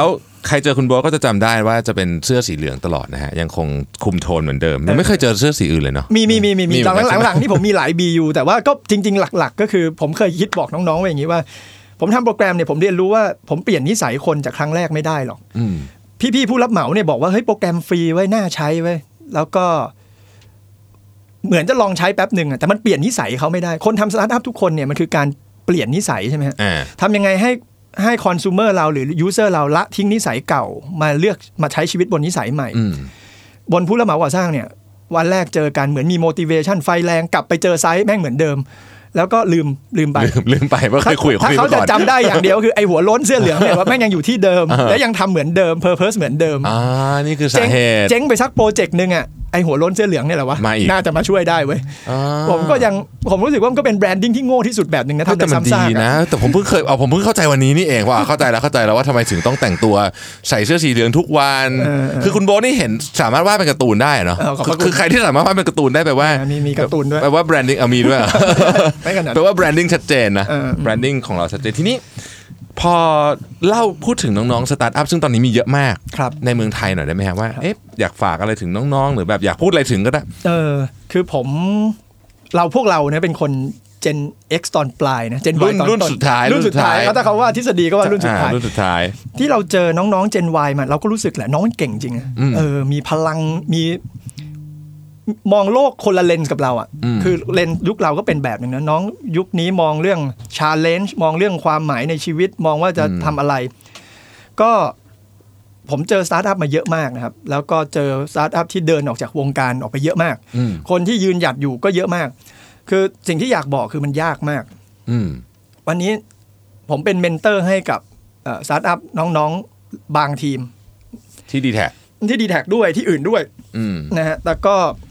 ใครเจอคุณโบ๊ทก็จะจำได้ว่าจะเป็นเสื้อสีเหลืองตลอดนะฮะยังคงคุมโทนเหมือนเดิมยังไม่เคยเจอเสื้อสีอื่นเลยเนาะมีหลังๆที่ผมมีหลาย BU แต่ว่าก็จริงๆหลักๆก็คือผมเคยคิดบอกน้องๆไว้อย่างนี้ว่าผมทำโปรแกรมเนี่ยผมเรียนรู้ว่าผมเปลี่ยนนิสัยคนจากครั้งแรกไม่ได้หรอกพี่ๆผู้รับเหมาเนี่ยบอกว่าเฮ้ยโปรแกรมฟรีไว้น่าใช้ไว้แล้วก็เหมือนจะลองใช้แป๊บหนึ่งแต่มันเปลี่ยนนิสัยเขาไม่ได้คนทำสตาร์ทอัพทุกคนเนี่ยมันคือการเปลี่ยนนิสัยใช่ไหมฮะทำยังไงให้คอน sumer เราหรือ user เราละทิ้งนิสัยเก่ามาเลือกมาใช้ชีวิตบนนิสัยใหม่บนผู้รับเหมาก่อสร้างเนี่ยวันแรกเจอกันเหมือนมี motivation ไฟแรงกลับไปเจอไซต์แม่งเหมือนเดิมแล้วก็ลืมไปว่าเคยคุยกับถ้าเขาจะจำได้อย่างเดียวคือไอหัวโล้นเสื้อเหลืองเนี่ยว่าแม่งยังอยู่ที่เดิมและยังทำเหมือนเดิม purpose เหมือนเดิมนี่คือสาเหตุเจ๊งไปสักโปรเจกต์นึงอ่ะไอหัวโล้นเสื้อเหลืองเนี่ยแหละวะน่าจะมาช่วยได้เว้ยผมรู้สึกว่ามันก็เป็นแบรนดิ้งที่โง่ที่สุดแบบนึงนะทำแต่ซ้ำซากนะแต่ผมเพิ่งเข้าใจวันนี้นี่เองว่าเข้าใจแล้วว่าทำไมถึงต้องแต่งตัวใส่เสื้อสีเหลืองทุกวันคือคุณโบ๊ทนี่เห็นสามารถวาดเป็นการ์ตูนได้เนาะคือใครที่สามารถวาดเป็นการ์ตูนได้แปลว่ามีการ์ตูนด้วยแปลว่าแบรนดิ้งมีด้วยแปลว่าแบรนดิ้งชัดเจนนะแบรนดิ้งของเราชัดเจนทีนี้พอเล่าพูดถึงน้องๆสตาร์ทอัพซึ่งตอนนี้มีเยอะมากในเมืองไทยหน่อยได้ไหมครับว่าอยากฝากอะไรถึงน้องๆหรือแบบอยากพูดอะไรถึงก็ได้คือพวกเราเนี่ยเป็นคน Gen X ตอนปลายนะ Gen Y ตอนรุ่นสุดท้ายถ้าเขาว่าทฤษฎีก็ว่ารุ่นสุดท้ายที่เราเจอน้องๆ Gen Y มาเราก็รู้สึกแหละน้องมันเก่งจริงมีพลังมีมองโลกคนละเลนส์กับเราอ่ะคือเลนส์ยุคเราก็เป็นแบบนึงนะน้องยุคนี้มองเรื่อง challenge มองเรื่องความหมายในชีวิตมองว่าจะทำอะไรก็ผมเจอสตาร์ทอัพมาเยอะมากนะครับแล้วก็เจอสตาร์ทอัพที่เดินออกจากวงการออกไปเยอะมากคนที่ยืนหยัดอยู่ก็เยอะมากคือสิ่งที่อยากบอกคือมันยากมากวันนี้ผมเป็นเมนเตอร์ให้กับสตาร์ทอัพน้องๆบางทีมที่ดีแท็กด้วยที่อื่นด้วยนะฮะแต่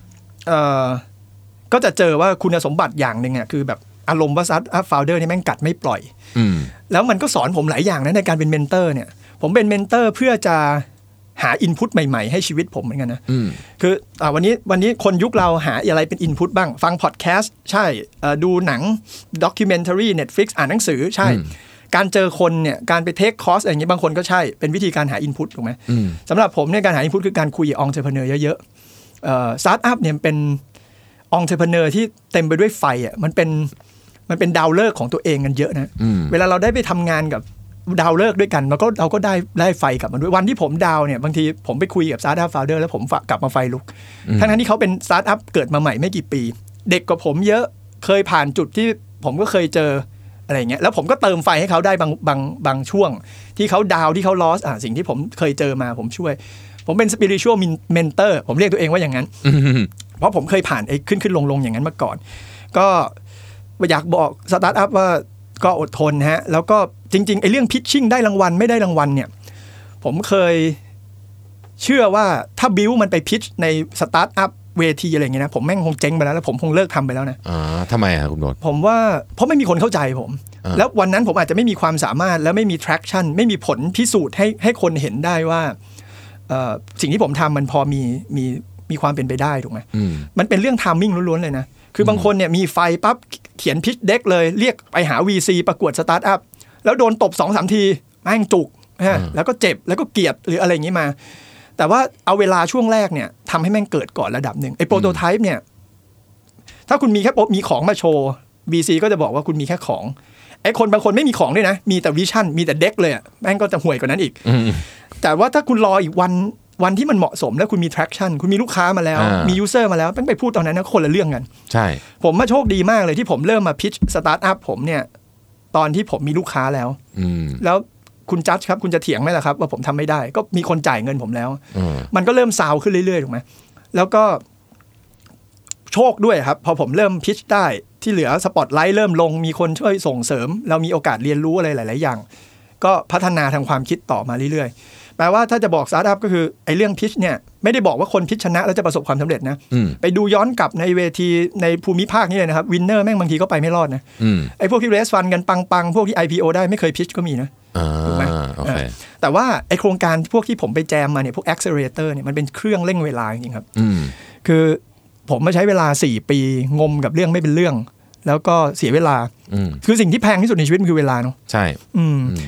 ก็จะเจอว่าคุณสมบัติอย่างนึงอ่ะคือแบบอารมณ์ว่าสตาร์ทอัพโฟลเดอร์นี่แม่งกัดไม่ปล่อยแล้วมันก็สอนผมหลายอย่างนะในการเป็นเมนเตอร์เนี่ยผมเป็นเมนเตอร์เพื่อจะหาอินพุตใหม่ๆให้ชีวิตผมเหมือนกันนะคือวันนี้คนยุคเราหาอะไรเป็นอินพุตบ้างฟังพอดแคสต์ใช่ดูหนังด็อกิเมนทารี Netflix อ่านหนังสือใช่การเจอคนเนี่ยการไปเทคคอร์สอะไรอย่างเงี้ยบางคนก็ใช่เป็นวิธีการหาอินพุตถูกไหมสำหรับผมเนี่ยการหาอินพุตคือการคุยกับองค์เทอร์เพเนอร์เยอะๆสตาร์ทอัพเนี่ยเป็นองค์เทอร์เพเนอร์ที่เต็มไปด้วยไฟอ่ะมันเป็นดาวเลิกของตัวเองกันเยอะนะเวลาเราได้ไปทำงานกับดาวเลิกด้วยกันเราก็ได้ไฟกลับมาด้วยวันที่ผมดาวเนี่ยบางทีผมไปคุยกับสตาร์ทอัพโฟลเดอร์แล้วผมกลับมาไฟลุกทั้งที่เขาเป็นสตาร์ทอัพเกิดมาใหม่ไม่กี่ปีเด็กกว่าผมเยอะเคยผ่านจุดที่ผมก็เคยเจออะไรเงี้ยแล้วผมก็เติมไฟให้เขาได้บางช่วงที่เขาดาวที่เขาลอสสิ่งที่ผมเคยเจอมาผมช่วยผมเป็น spiritual mentor ผมเรียกตัวเองว่าอย่างนั้นเพราะผมเคยผ่านไอ้ขึ้นลงอย่างนั้นมาก่อนก็อยากบอกสตาร์ทอัพว่าก็อดทนฮะแล้วก็จริงๆไอ้เรื่อง pitching ได้รางวัลไม่ได้รางวัลเนี่ยผมเคยเชื่อว่าถ้าบิวมันไป pitch ในสตาร์ทอัพเวทีอะไรอย่างเงี้ยนะผมแม่งคงเจ๊งไปแล้วผมคงเลิกทำไปแล้วนะทำไมครับคุณโบ๊ทผมว่าเพราะไม่มีคนเข้าใจผมแล้ววันนั้นผมอาจจะไม่มีความสามารถแล้วไม่มี traction ไม่มีผลพิสูจน์ให้คนเห็นได้ว่าสิ่งที่ผมทำมันพอมีความเป็นไปได้ถูกไหมมันเป็นเรื่อง timing ล้วนๆเลยนะคือบางคนเนี่ยมีไฟปั๊บเขียน pitch deck เลยเรียกไปหา VC ประกวดสตาร์ทอัพแล้วโดนตบ 2-3 ทีแม่งจุกแล้วก็เจ็บแล้วก็เกลียดหรืออะไรอย่างนี้มาแต่ว่าเอาเวลาช่วงแรกเนี่ยทำให้แม่งเกิดก่อนระดับหนึ่งไอ้โปรโตไทป์เนี่ยถ้าคุณมีแค่มีของมาโชว์ VC ก็จะบอกว่าคุณมีแค่ของไอ้คนบางคนไม่มีของด้วยนะมีแต่วิชั่นมีแต่เด็กเลยแม่งก็จะห่วยกว่านั้นอีกแต่ว่าถ้าคุณรออีกวันที่มันเหมาะสมแล้วคุณมี traction คุณมีลูกค้ามาแล้วมี user มาแล้วแม่งไปพูดตอนนั้นนะคนละเรื่องกันใช่ผมมาโชคดีมากเลยที่ผมเริ่มมา pitch สตาร์ทอัพผมเนี่ยตอนที่ผมมีลูกค้าแล้วแล้วคุณจัดครับคุณจะเถียงไหมล่ะครับว่าผมทำไม่ได้ก็มีคนจ่ายเงินผมแล้วมันก็เริ่มซาวขึ้นเรื่อยๆถูกไหมแล้วก็โชคด้วยครับพอผมเริ่มพิชได้ที่เหลือสปอตไลท์เริ่มลงมีคนช่วยส่งเสริมเรามีโอกาสเรียนรู้อะไรหลายๆอย่างก็พัฒนาทางความคิดต่อมาเรื่อยๆแปลว่าถ้าจะบอกสตาร์ทอัพก็คือไอ้เรื่องพิชเนี่ยไม่ได้บอกว่าคนพิชชนะแล้วจะประสบความสำเร็จนะไปดูย้อนกลับในเวทีในภูมิภาคนี่เลยนะครับวินเนอร์แม่งบางทีก็ไปไม่รอดนะไอ้พวกที่เรสฟันกันปังๆพวกที่ IPO ได้ไม่เคยพิชก็มีนะถูกไหมแต่ว่าไอโครงการพวกที่ผมไปแจมมาเนี่ยพวก accelerator เนี่ยมันเป็นเครื่องเร่งเวลาจริงๆครับคือผมมาใช้เวลา4 ปีงมกับเรื่องไม่เป็นเรื่องแล้วก็เสียเวลาคือสิ่งที่แพงที่สุดในชีวิตมันคือเวลาเนาะใช่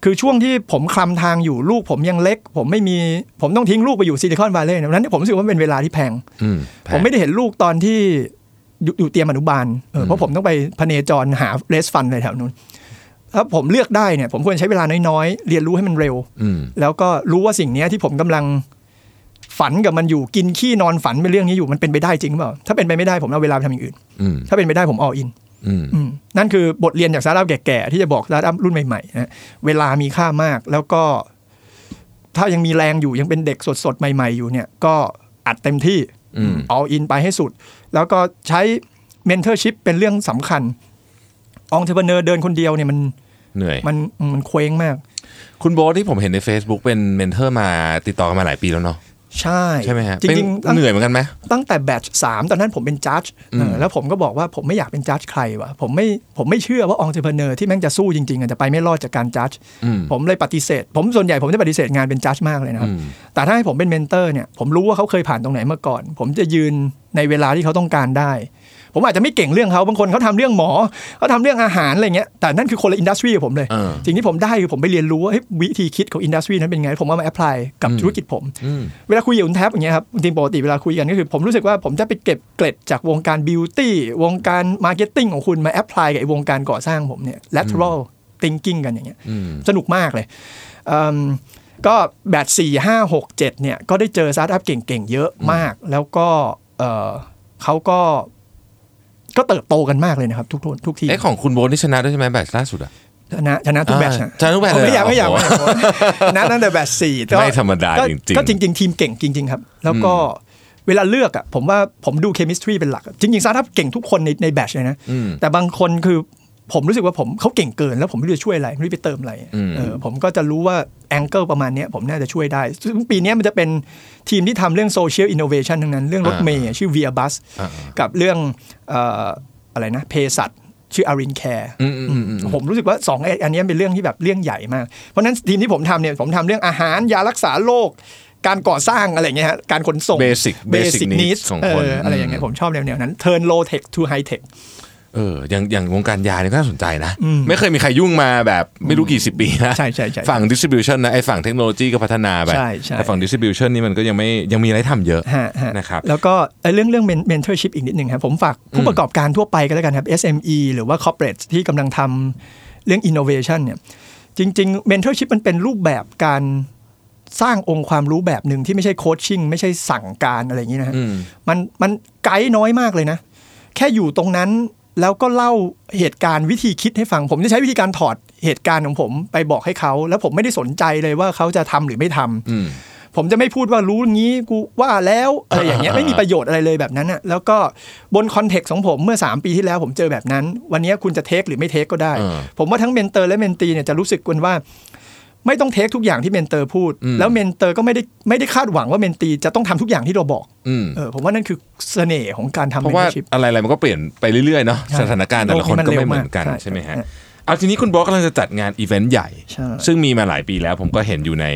คือช่วงที่ผมคลำทางอยู่ลูกผมยังเล็กผมต้องทิ้งลูกไปอยู่ซิลิคอนวัลเลย์นั้นผมรู้สึกว่าเป็นเวลาที่แพงผมไม่ได้เห็นลูกตอนที่อยู่เตรียมอนุบาลเพราะผมต้องไปพเนจรหาเรสฟันอะไรแถวนู้นถ้าผมเลือกได้เนี่ยผมควรใช้เวลาน้อยๆเรียนรู้ให้มันเร็วแล้วก็รู้ว่าสิ่งนี้ที่ผมกำลังฝันกับมันอยู่กินขี้นอนฝันเป็นเรื่องนี้อยู่มันเป็นไปได้จริงหรือเปล่าถ้าเป็นไปไม่ได้ผมเอาเวลาไปทำอย่างอื่นถ้าเป็นไปได้ผมall inนั่นคือบทเรียนจากสตาร์ทอัพแก่ๆที่จะบอกสตาร์ทอัพรุ่นใหม่ๆนะเวลามีค่ามากแล้วก็ถ้ายังมีแรงอยู่ยังเป็นเด็กสดๆใหม่ๆอยู่เนี่ยก็อัดเต็มที่all in ไปให้สุดแล้วก็ใช้ mentorship เป็นเรื่องสำคัญentrepreneur เดินคนเดียวเนี่ยมันเหนื่อยมันเคว้งมากคุณโบ๊ทที่ผมเห็นใน Facebook เป็นเมนเทอร์มาติดต่อกันมาหลายปีแล้วเนาะใช่ไหมฮะจริงๆเหนื่อยเหมือนกันไหมตั้งแต่แบตช์3ตอนนั้นผมเป็นจัดแล้วผมก็บอกว่าผมไม่อยากเป็นจัดใครวะผมไม่เชื่อว่าentrepreneurที่แม่งจะสู้จริงๆจะไปไม่รอดจากการจัดผมเลยปฏิเสธส่วนใหญ่ผมจะปฏิเสธงานเป็นจัดมากเลยนะครับแต่ถ้าให้ผมเป็นเมนเตอร์เนี่ยผมรู้ว่าเขาเคยผ่านตรงไหนมาก่อนผมจะยืนในเวลาที่เขาต้องการได้ผมอาจจะไม่เก่งเรื่องเขาบางคนเขาทำเรื่องหมอเขาทำเรื่องอาหารอะไรเงี้ยแต่นั่นคือคนละอินดัสทรีกับผมเลยสิ่งที่ผมได้คือผมไปเรียนรู้ว่าวิธีคิดของอินดัสทรีนั้นเป็นไงผมเอามาแอพพลายกับธุรกิจผมเวลาคุยกับคุณแท็บอย่างเงี้ยครับจริงปกติเวลาคุยกันก็คือผมรู้สึกว่าผมจะไปเก็บเกล็ดจากวงการบิวตี้วงการมาร์เก็ตติ้งของคุณมาแอพพลายกับวงการก่อสร้างผมเนี่ย lateral thinking กันอย่างเงี้ยสนุกมากเลยก็แบต4 5 6 7เนี่ยก็ได้เจอสตาร์ทอัพเก่งๆเยอะมากแล้วก็เขาก็เติบโตกันมากเลยนะครับทุกทีของคุณโบนี่ชนะด้วยใช่ไหมแบตล่าสุดอะชนะทุกแบตชนะทุกแบตเลยไม่อยากชนะตั้งแต่แบต4 ไม่ธรรมดาจริงๆก็จริงๆทีมเก่งจริงๆครับแล้วก็เวลาเลือกอ่ะผมว่าผมดูเคมิสทรีเป็นหลักจริงๆสตาร์ทอัพเก่งทุกคนในแบตเลยนะแต่บางคนคือผมรู้สึกว่าเขาเก่งเกินแล้วผมไม่รู้จะช่วยอะไรไม่รู้ไปเติมอะไรผมก็จะรู้ว่าแองเกิลประมาณนี้ผมน่าจะช่วยได้ซึ่งปีนี้มันจะเป็นทีมที่ทำเรื่องโซเชียลอินโนเวชันทั้งนั้นเรื่องรถเมย์ชื่อ Via Bus กับเรื่องอะไรนะเภสัชชื่อ Arin Care ผมรู้สึกว่า2อันนี้เป็นเรื่องที่แบบเรื่องใหญ่มากเพราะนั้นทีมที่ผมทำเนี่ยผมทำเรื่องอาหารยารักษาโรคการก่อสร้างอะไรเงี้ยฮะการขนส่ง basic needs ของคนอะไรอย่างเงี้ยผมชอบแนวนั้น turn low tech to high tech อย่างวงการยาเนี่ยก็น่าสนใจนะไม่เคยมีใครยุ่งมาแบบไม่รู้กี่สิบปีนะใช่ฝั่ง distribution นะไอ้ฝั่งเทคโนโลยีก็พัฒนาไปแต่ฝั่ง distribution นี่มันก็ยังมีอะไรทำเยอะนะครับแล้วก็เรื่อง mentorship อีกนิดนึงครับผมฝากผู้ประกอบการทั่วไปก็แล้วกันครับ SME หรือว่า corporate ที่กำลังทำเรื่อง innovation เนี่ยจริงๆ mentorship มันเป็นรูปแบบการสร้างองค์ความรู้แบบหนึ่งที่ไม่ใช่โคชชิ่งไม่ใช่สั่งการอะไรอย่างนี้นะฮะมันไกด์น้อยมากเลยนะแค่อยู่ตรงนั้นแล้วก็เล่าเหตุการณ์วิธีคิดให้ฟังผมจะใช้วิธีการถอดเหตุการณ์ของผมไปบอกให้เขาแล้วผมไม่ได้สนใจเลยว่าเขาจะทำหรือไม่ทำผมจะไม่พูดว่ารู้งี้กูว่าแล้วอะไรอย่างเงี้ยไม่มีประโยชน์อะไรเลยแบบนั้นน่ะแล้วก็บนคอนเท็กซ์ของผมเมื่อ3ปีที่แล้วผมเจอแบบนั้นวันนี้คุณจะเทคหรือไม่เทคก็ได้ผมว่าทั้งเมนเตอร์และเมนตีเนี่ยจะรู้สึกกันว่าไม่ต้องเทคทุกอย่างที่เมนเตอร์พูดแล้วเมนเตอร์ก็ไม่ได้คาดหวังว่าเมนตีจะต้องทำทุกอย่างที่เราบอกผมว่านั่นคือเสน่ห์ของการทำเพราะว่าอะไรมันก็เปลี่ยนไปเรื่อยๆเนาะสถานการณ์แต่ละคนก็ไม่เหมือนกันใช่ไหมฮะเอาทีนี้คุณบอสกำลังจะจัดงานอีเวนต์ใหญ่ซึ่งมีมาหลายปีแล้วผมก็เห็นอยู่ใน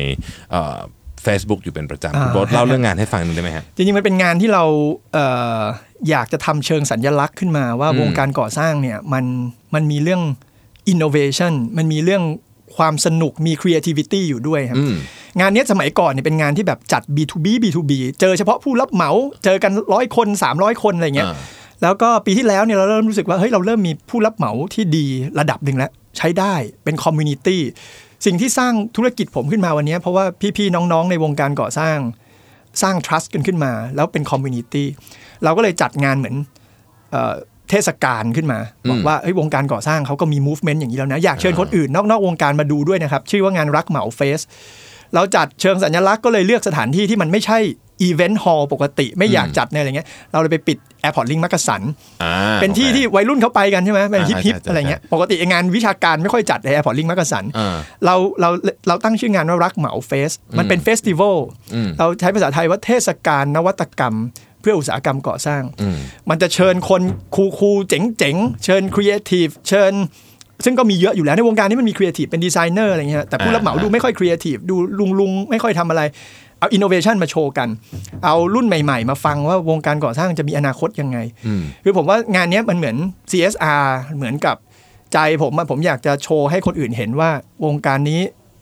Facebook อยู่เป็นประจำคุณบอสเล่าเรื่องงานให้ฟังหนึ่งได้ไหมฮะจริงๆมันเป็นงานที่เราอยากจะทำเชิงสัญลักษณ์ขึ้นมาว่าวงการก่อสร้างเนี่ยมันมีเรื่อง innovation มันมีเรื่องความสนุกมี creativity อยู่ด้วยครับงานนี้สมัยก่อนเนี่ยเป็นงานที่แบบจัด B2B เจอเฉพาะผู้รับเหมาเจอกัน100คน300คนอะไรเงี้ยแล้วก็ปีที่แล้วเนี่ยเราเริ่มรู้สึกว่าเฮ้ยเราเริ่มมีผู้รับเหมาที่ดีระดับหนึ่งแล้วใช้ได้เป็น community สิ่งที่สร้างธุรกิจผมขึ้นมาวันนี้เพราะว่าพี่ๆน้องๆในวงการก่อสร้าง trust กันขึ้นมาแล้วเป็น community เราก็เลยจัดงานเหมือนเทศกาลขึ้นมาบอกว่าวงการก่อสร้างเขาก็มี movement อย่างนี้แล้วนะอยากเชิญคนอื่นนอกวงการมาดูด้วยนะครับชื่อว่างานรักเหมาเฟสเราจัดเชิงสัญลักษณ์ก็เลยเลือกสถานที่ที่มันไม่ใช่อีเวนต์ฮอลล์ปกติไม่อยากจัดในอะไรเงี้ยเราเลยไปปิด Airport Link มักกะสันเป็นที่ที่วัยรุ่นเขาไปกันใช่ไหมเป็นฮิปอะไรเงี้ยปกติงานวิชาการไม่ค่อยจัดใน Airport Link มักกะสันเราตั้งชื่องานว่ารักเหมาเฟสมันเป็นเฟสติวัลเราใช้ภาษาไทยว่าเทศกาลนวัตกรรมเพื่ออุตสาหกรรมก่อสร้างมันจะเชิญคนคูลๆเจ๋งๆเชิญครีเอทีฟเชิญซึ่งก็มีเยอะอยู่แล้วในวงการนี้มันมีครีเอทีฟเป็นดีไซเนอร์อะไรเงี้ยแต่ผู้รับเหมาดูไม่ค่อยครีเอทีฟดูลุงไม่ค่อยทำอะไรเอาอินโนเวชันมาโชว์กันเอารุ่นใหม่ๆมาฟังว่าวงการก่อสร้างจะมีอนาคตยังไงคือผมว่างานนี้มันเหมือน CSR เหมือนกับใจผมอยากจะโชว์ให้คนอื่นเห็นว่าวงการนี้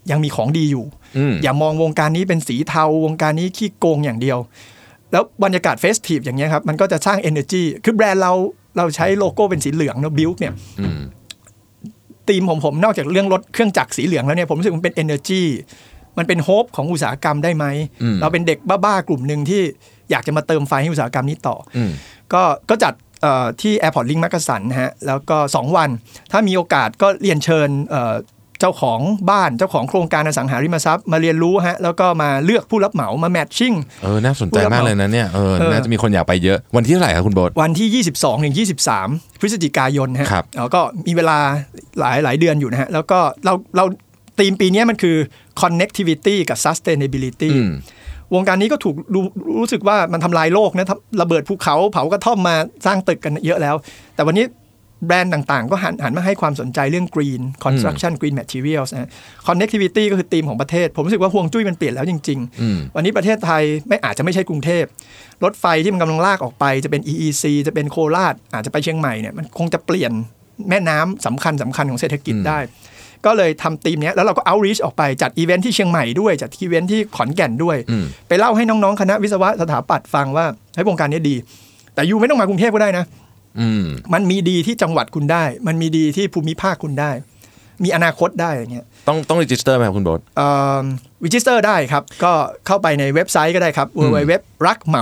ยังมีของดีอยู่อย่ามองวงการนี้เป็นสีเทาวงการนี้ขี้โกงอย่างเดียวแล้วบรรยากาศเฟสทีฟอย่างเงี้ยครับมันก็จะสร้าง energy คือแบรนด์เราใช้โลโก้เป็นสีเหลืองเนาะ Buick เนี่ยธีมผมนอกจากเรื่องรถเครื่องจักรสีเหลืองแล้วเนี่ยผมรู้สึกมันเป็น energy มันเป็นโฮปของอุตสาหกรรมได้ไหมเราเป็นเด็กบ้าๆกลุ่มนึงที่อยากจะมาเติมไฟให้อุตสาหกรรมนี้ต่อก็จัดที่ Airport Link มักกะสันนะฮะแล้วก็2วันถ้ามีโอกาสก็เรียนเชิญเจ้าของบ้านเจ้าของโครงการอสังหาริมทรัพย์มาเรียนรู้ฮะแล้วก็มาเลือกผู้รับเหมามาแมทชิ่งน่าสนใจมากเลยนะเนี่ยน่าจะมีคนอยากไปเยอะวันที่เท่าไหร่ครับคุณโบ๊ทวันที่22ถึง23พฤศจิกายนฮะก็มีเวลาหลายเดือนอยู่นะฮะแล้วก็เราธีมปีนี้มันคือ connectivity กับ sustainability วงการนี้ก็ถูกรู้สึกว่ามันทำลายโลกนะระเบิดภูเขาเผากระท่อมมาสร้างตึกกันเยอะแล้วแต่วันนี้แบรนด์ต่างๆก็หันมาให้ความสนใจเรื่อง green construction green materials นะ connectivity ก็คือธีมของประเทศผมรู้สึกว่าฮวงจุ้ยมันเปลี่ยนแล้วจริงๆวันนี้ประเทศไทยอาจจะไม่ใช่กรุงเทพรถไฟที่มันกำลังลากออกไปจะเป็น EEC จะเป็นโคราชอาจจะไปเชียงใหม่เนี่ยมันคงจะเปลี่ยนแม่น้ำสำคัญของเศรษฐกิจได้ก็เลยทำธีมนี้แล้วเราก็ outreach ออกไปจัดอีเวนท์ที่เชียงใหม่ด้วยจัดอีเวนท์ที่ขอนแก่นด้วยไปเล่าให้น้องๆคณะวิศวะสถาปัตย์ฟังว่าให้วงการนี้ดีแต่ยูไม่ต้องมากรุงเทพก็ได้นะมันมีดีที่จังหวัดคุณได้มันมีดีที่ภูมิภาคคุณได้มีอนาคตได้อย่างเงี้ยต้อง register ไหมครับคุณโบ๊ท register ได้ครับก็เข้าไปในเว็บไซต์ก็ได้ครับ www.rakmao2019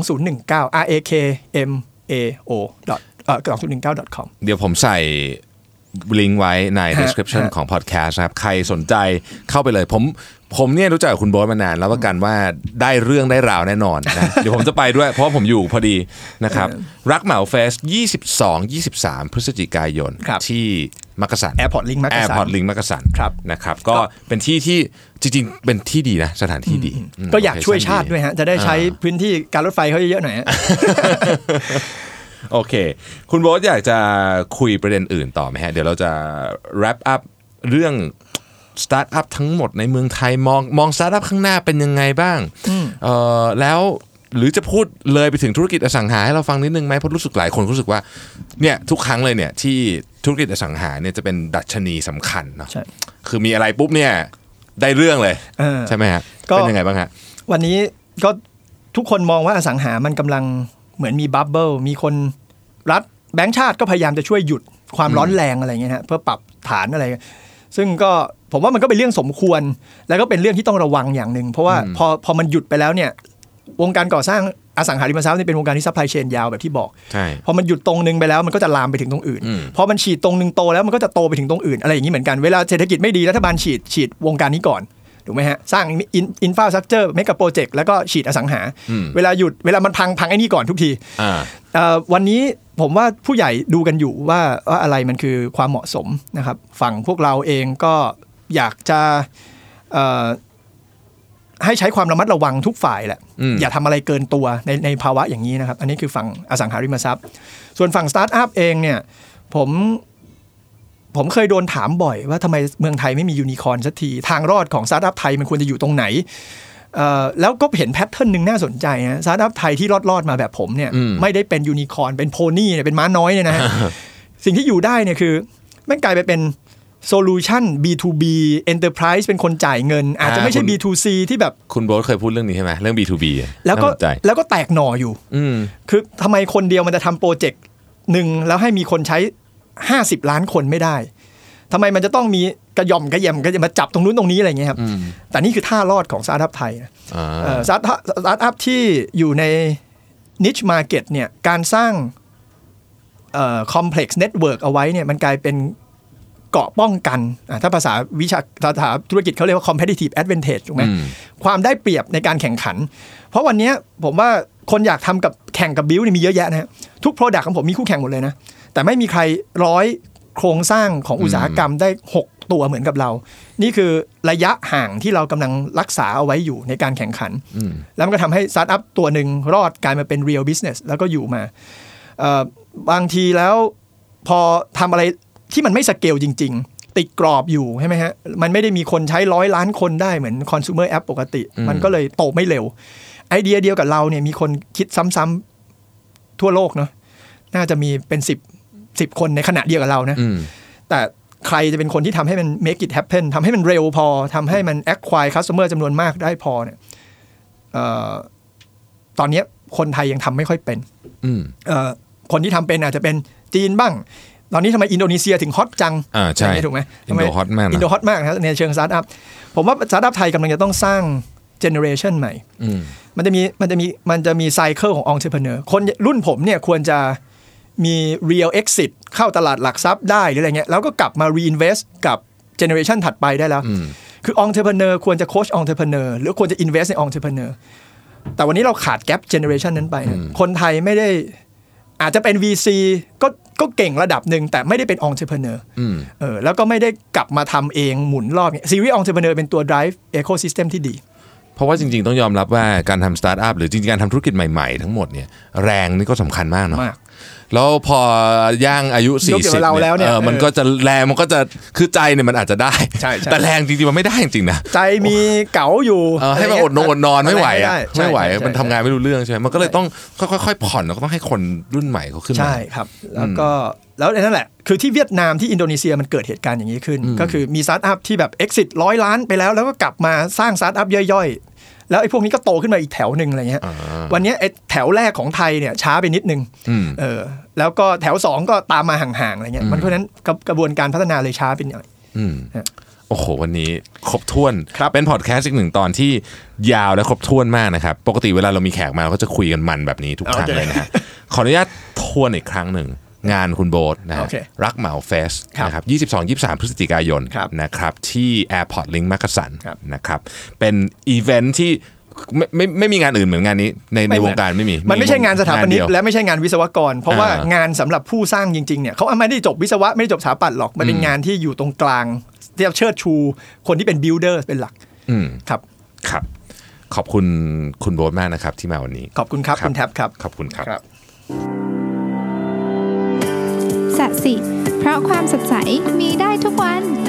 rakmao2019.com เดี๋ยวผมใส่ลิงก์ไว้ใน description ของ podcast ครับใครสนใจเข้าไปเลยผมเนี่ยรู้จักกับคุณโบ๊ทมานานแล้วประกันว่าได้เรื่องได้ราวแน่นอนนะ เดี๋ยวผมจะไปด้วยเพราะผมอยู่พอดีนะครับรักเหมาเฟส 22-23 พฤศจิกายนที่มักกะสัน Airport Link มักกะสันนะครับก็เป็นที่ที่จริงๆเป็นที่ดีนะสถานที่ดีก็อยากช่วยชาติด้วยฮะจะได้ใช้พื้นที่การรถไฟเขาเยอะๆหน่อยโอเคคุณโบ๊ทอยากจะคุยประเด็นอื่นต่อไหมฮะเดี๋ยวเราจะ wrap up เรื่องสตาร์ทอัพทั้งหมดในเมืองไทยมองสตาร์ทอัพข้างหน้าเป็นยังไงบ้างแล้วหรือจะพูดเลยไปถึงธุรกิจอสังหาให้เราฟังนิดนึงไหมเพราะรู้สึกหลายคนรู้สึกว่าเนี่ยทุกครั้งเลยเนี่ยที่ธุรกิจอสังหาเนี่ยจะเป็นดัชนีสำคัญเนาะคือมีอะไรปุ๊บเนี่ยได้เรื่องเลยใช่ไหมฮะเป็นยังไงบ้างฮะวันนี้ก็ทุกคนมองว่าอสังหามันกำลังเหมือนมีบับเบิ้ลมีคนรัฐแบงก์ชาติก็พยายามจะช่วยหยุดความร้อนแรงอะไรเงี้ยฮะเพื่อปรับฐานอะไรซึ่งก็ผมว่ามันก็เป็นเรื่องสมควรแล้วก็เป็นเรื่องที่ต้องระวังอย่างนึงเพราะว่าพอมันหยุดไปแล้วเนี่ยวงการก่อสร้างอสังหาริมทรัพย์นี่เป็นวงการที่ซัพพลายเชนยาวแบบที่บอกพอมันหยุดตรงนึงไปแล้วมันก็จะลามไปถึงตรงอื่นพอมันฉีดตรงนึงโตแล้วมันก็จะโตไปถึงตรงอื่นอะไรอย่างนี้เหมือนกันเวลาเศรษฐกิจไม่ดีรัฐบาลฉีดวงการนี้ก่อนถูกไหมฮะสร้างอินฟราสตรัคเจอร์เมกะโปรเจกต์แล้วก็ฉีดอสังหาเวลาหยุดเวลามันพังไอ้นี่ก่อนทุกทีวันนี้ผมว่าผู้ใหญ่ดูกันอยู่ว่าอะไรมันคือความเหมาะสมนะครับฝั่งพวกเราเองก็อยากจะให้ใช้ความระมัดระวังทุกฝ่ายแหละอย่าทำอะไรเกินตัวในภาวะอย่างนี้นะครับอันนี้คือฝั่งอสังหาริมทรัพย์ส่วนฝั่งสตาร์ทอัพเองเนี่ยผมเคยโดนถามบ่อยว่าทำไมเมืองไทยไม่มียูนิคอร์นสักทีทางรอดของสตาร์ทอัพไทยมันควรจะอยู่ตรงไหนแล้วก็เห็นแพทเทิร์นนึงน่าสนใจนะสตาร์ทอัพไทยที่รอดมาแบบผมเนี่ยไม่ได้เป็นยูนิคอร์นเป็นโพนี่เนี่ยเป็นม้าน้อยเนี่ยนะฮะ สิ่งที่อยู่ได้เนี่ยคือแม่งกลายไปเป็นโซลูชัน B2B Enterprise เป็นคนจ่ายเงินอาจจะไม่ใช่ B2C ที่แบบคุณโบ๊ทเคยพูดเรื่องนี้ใช่ไหมเรื่อง B2B แล้วก็แตกหน่ออยู่คือทำไมคนเดียวมันจะทำโปรเจกต์หนึ่งแล้วให้มีคนใช้50 ล้านคนไม่ได้ทำไมมันจะต้องมีกระย่อมกระแยมก็จะมาจับตรงนู้นตรงนี้อะไรเงี้ยครับแต่นี่คือท่ารอดของสตาร์ทอัพไทยสตาร์ทอัพที่อยู่ใน niche market เนี่ยการสร้างcomplex network เอาไว้เนี่ยมันกลายเป็นเกราะป้องกันถ้าภาษาวิชาภาษาธุรกิจเขาเรียกว่า competitive advantage ถูกไหมความได้เปรียบในการแข่งขันเพราะวันนี้ผมว่าคนอยากทำกับแข่งกับบิลนี่มีเยอะแยะนะฮะทุก product ของผมมีคู่แข่งหมดเลยนะแต่ไม่มีใครโครงสร้างของอุตสาหกรรมได้6ตัวเหมือนกับเรานี่คือระยะห่างที่เรากำลังรักษาเอาไว้อยู่ในการแข่งขันแล้วมันก็ทำให้สตาร์ทอัพตัวหนึ่งรอดกลายมาเป็น real business แล้วก็อยู่มาบางทีแล้วพอทำอะไรที่มันไม่สเกลจริงๆติดกรอบอยู่ใช่ไหมฮะมันไม่ได้มีคนใช้100 ล้านคนได้เหมือน consumer app ปกติมันก็เลยโตไม่เร็วไอเดียเดียวกับเราเนี่ยมีคนคิดซ้ำๆทั่วโลกเนาะน่าจะมีเป็น10 คนในขณะเดียวกับเรานะแต่ใครจะเป็นคนที่ทำให้มัน make it happen ทำให้มันเร็วพอทำให้มัน acquire customer จำนวนมากได้พอเนี่ยตอนนี้คนไทยยังทำไม่ค่อยเป็นคนที่ทำเป็นอาจจะเป็นจีนบ้างตอนนี้ทำไมอินโดนีเซียถึงฮอตจังใช่ถูกไหมอินโดฮอตมากอินโดฮอตมากนะในเชิงสตาร์ทอัพผมว่าสตาร์ทอัพไทยกำลังจะต้องสร้างเจเนอเรชันใหม่มันจะมีไซเคิลของ entrepreneur คนรุ่นผมเนี่ยควรจะมี real exit เข้าตลาดหลักทรัพย์ได้หรืออะไรเงี้ยแล้วก็กลับมา reinvest กับเจเนอเรชันถัดไปได้แล้วคือ entrepreneur ควรจะ coach entrepreneur หรือควรจะ invest ใน entrepreneur แต่วันนี้เราขาด gap generation นั้นไปคนไทยไม่ได้อาจจะเป็น VC ก็เก่งระดับหนึ่งแต่ไม่ได้เป็น entrepreneur แล้วก็ไม่ได้กลับมาทำเองหมุนรอบซีรีส์ entrepreneur เป็นตัว drive ecosystem ที่ดีเพราะว่าจริงๆต้องยอมรับว่าการทำสตาร์ทอัพหรือจริงๆการทำธุรกิจใหม่ๆทั้งหมดเนี่ยแรงนี่ก็สำคัญมากเนาะแล้วพอย่างอายุ40เนี่ยมันก็จะแรงมันก็จะคือใจเนี่ยมันอาจจะได้แต่แรงจริงๆมันไม่ได้จริงๆนะใจมีเก๋าอยู่ให้มันอดนอนไม่ไหวไม่ไหวมันทำงานไม่รู้เรื่องใช่ไหมมันก็เลยต้องค่อยๆผ่อนแล้วก็ต้องให้คนรุ่นใหม่เขาขึ้นมาใช่ครับแล้วนั่นแหละคือที่เวียดนามที่อินโดนีเซียมันเกิดเหตุการณ์อย่างนี้ขึ้นก็คือมีสตาร์ทอัพที่แบบ exit 100 ล้านไปแล้วก็กลับมาสร้างสตาร์ทอัพย่อยๆแล้วไอ้พวกนี้ก็โตขึ้นมาอีกแถวนึงอะไรเงี้ยวันนี้ไอ้แถวแรกของไทยเนี่ยช้าไปนิดนึงแล้วก็แถว2ก็ตามมาห่างๆอะไรเงี้ยเพราะฉะนั้นกระบวนการพัฒนาเลยช้าไปหน่อยโอ้โหวันนี้ครบถ้วนเป็นพอดแคสต์อีกหนึ่งตอนที่ยาวและครบถ้วนมากนะครับปกติเวลาเรามีแขกมาเราก็จะคุยกันมันแบบนี้ทุกครั้งเลยนะฮะขออนุญาตทวนอีกครั้งหนึ่งงานคุณโบ๊ทนะฮะรักเหมาเฟสนะครับ 22-23 พฤศจิกายนนะครับที่ Airport Link มักกะสันนะครับเป็นอีเวนท์ที่ไม่มีงานอื่นเหมือนงานนี้ในวงการไม่มีมันไม่ใช่งานสถาปนิกและไม่ใช่งานวิศวกรเพราะว่างานสำหรับผู้สร้างจริงๆเนี่ยเขาไม่ได้จบวิศวะไม่ได้จบสถาปัตย์หรอกมันเป็นงานที่อยู่ตรงกลางที่เชิดชูคนที่เป็น builder เป็นหลักครับขอบคุณคุณโบ๊ทมากนะครับที่มาวันนี้ขอบคุณครับคุณแท็บครับขอบคุณครับสัตย์สิเพราะความสดใสมีได้ทุกวัน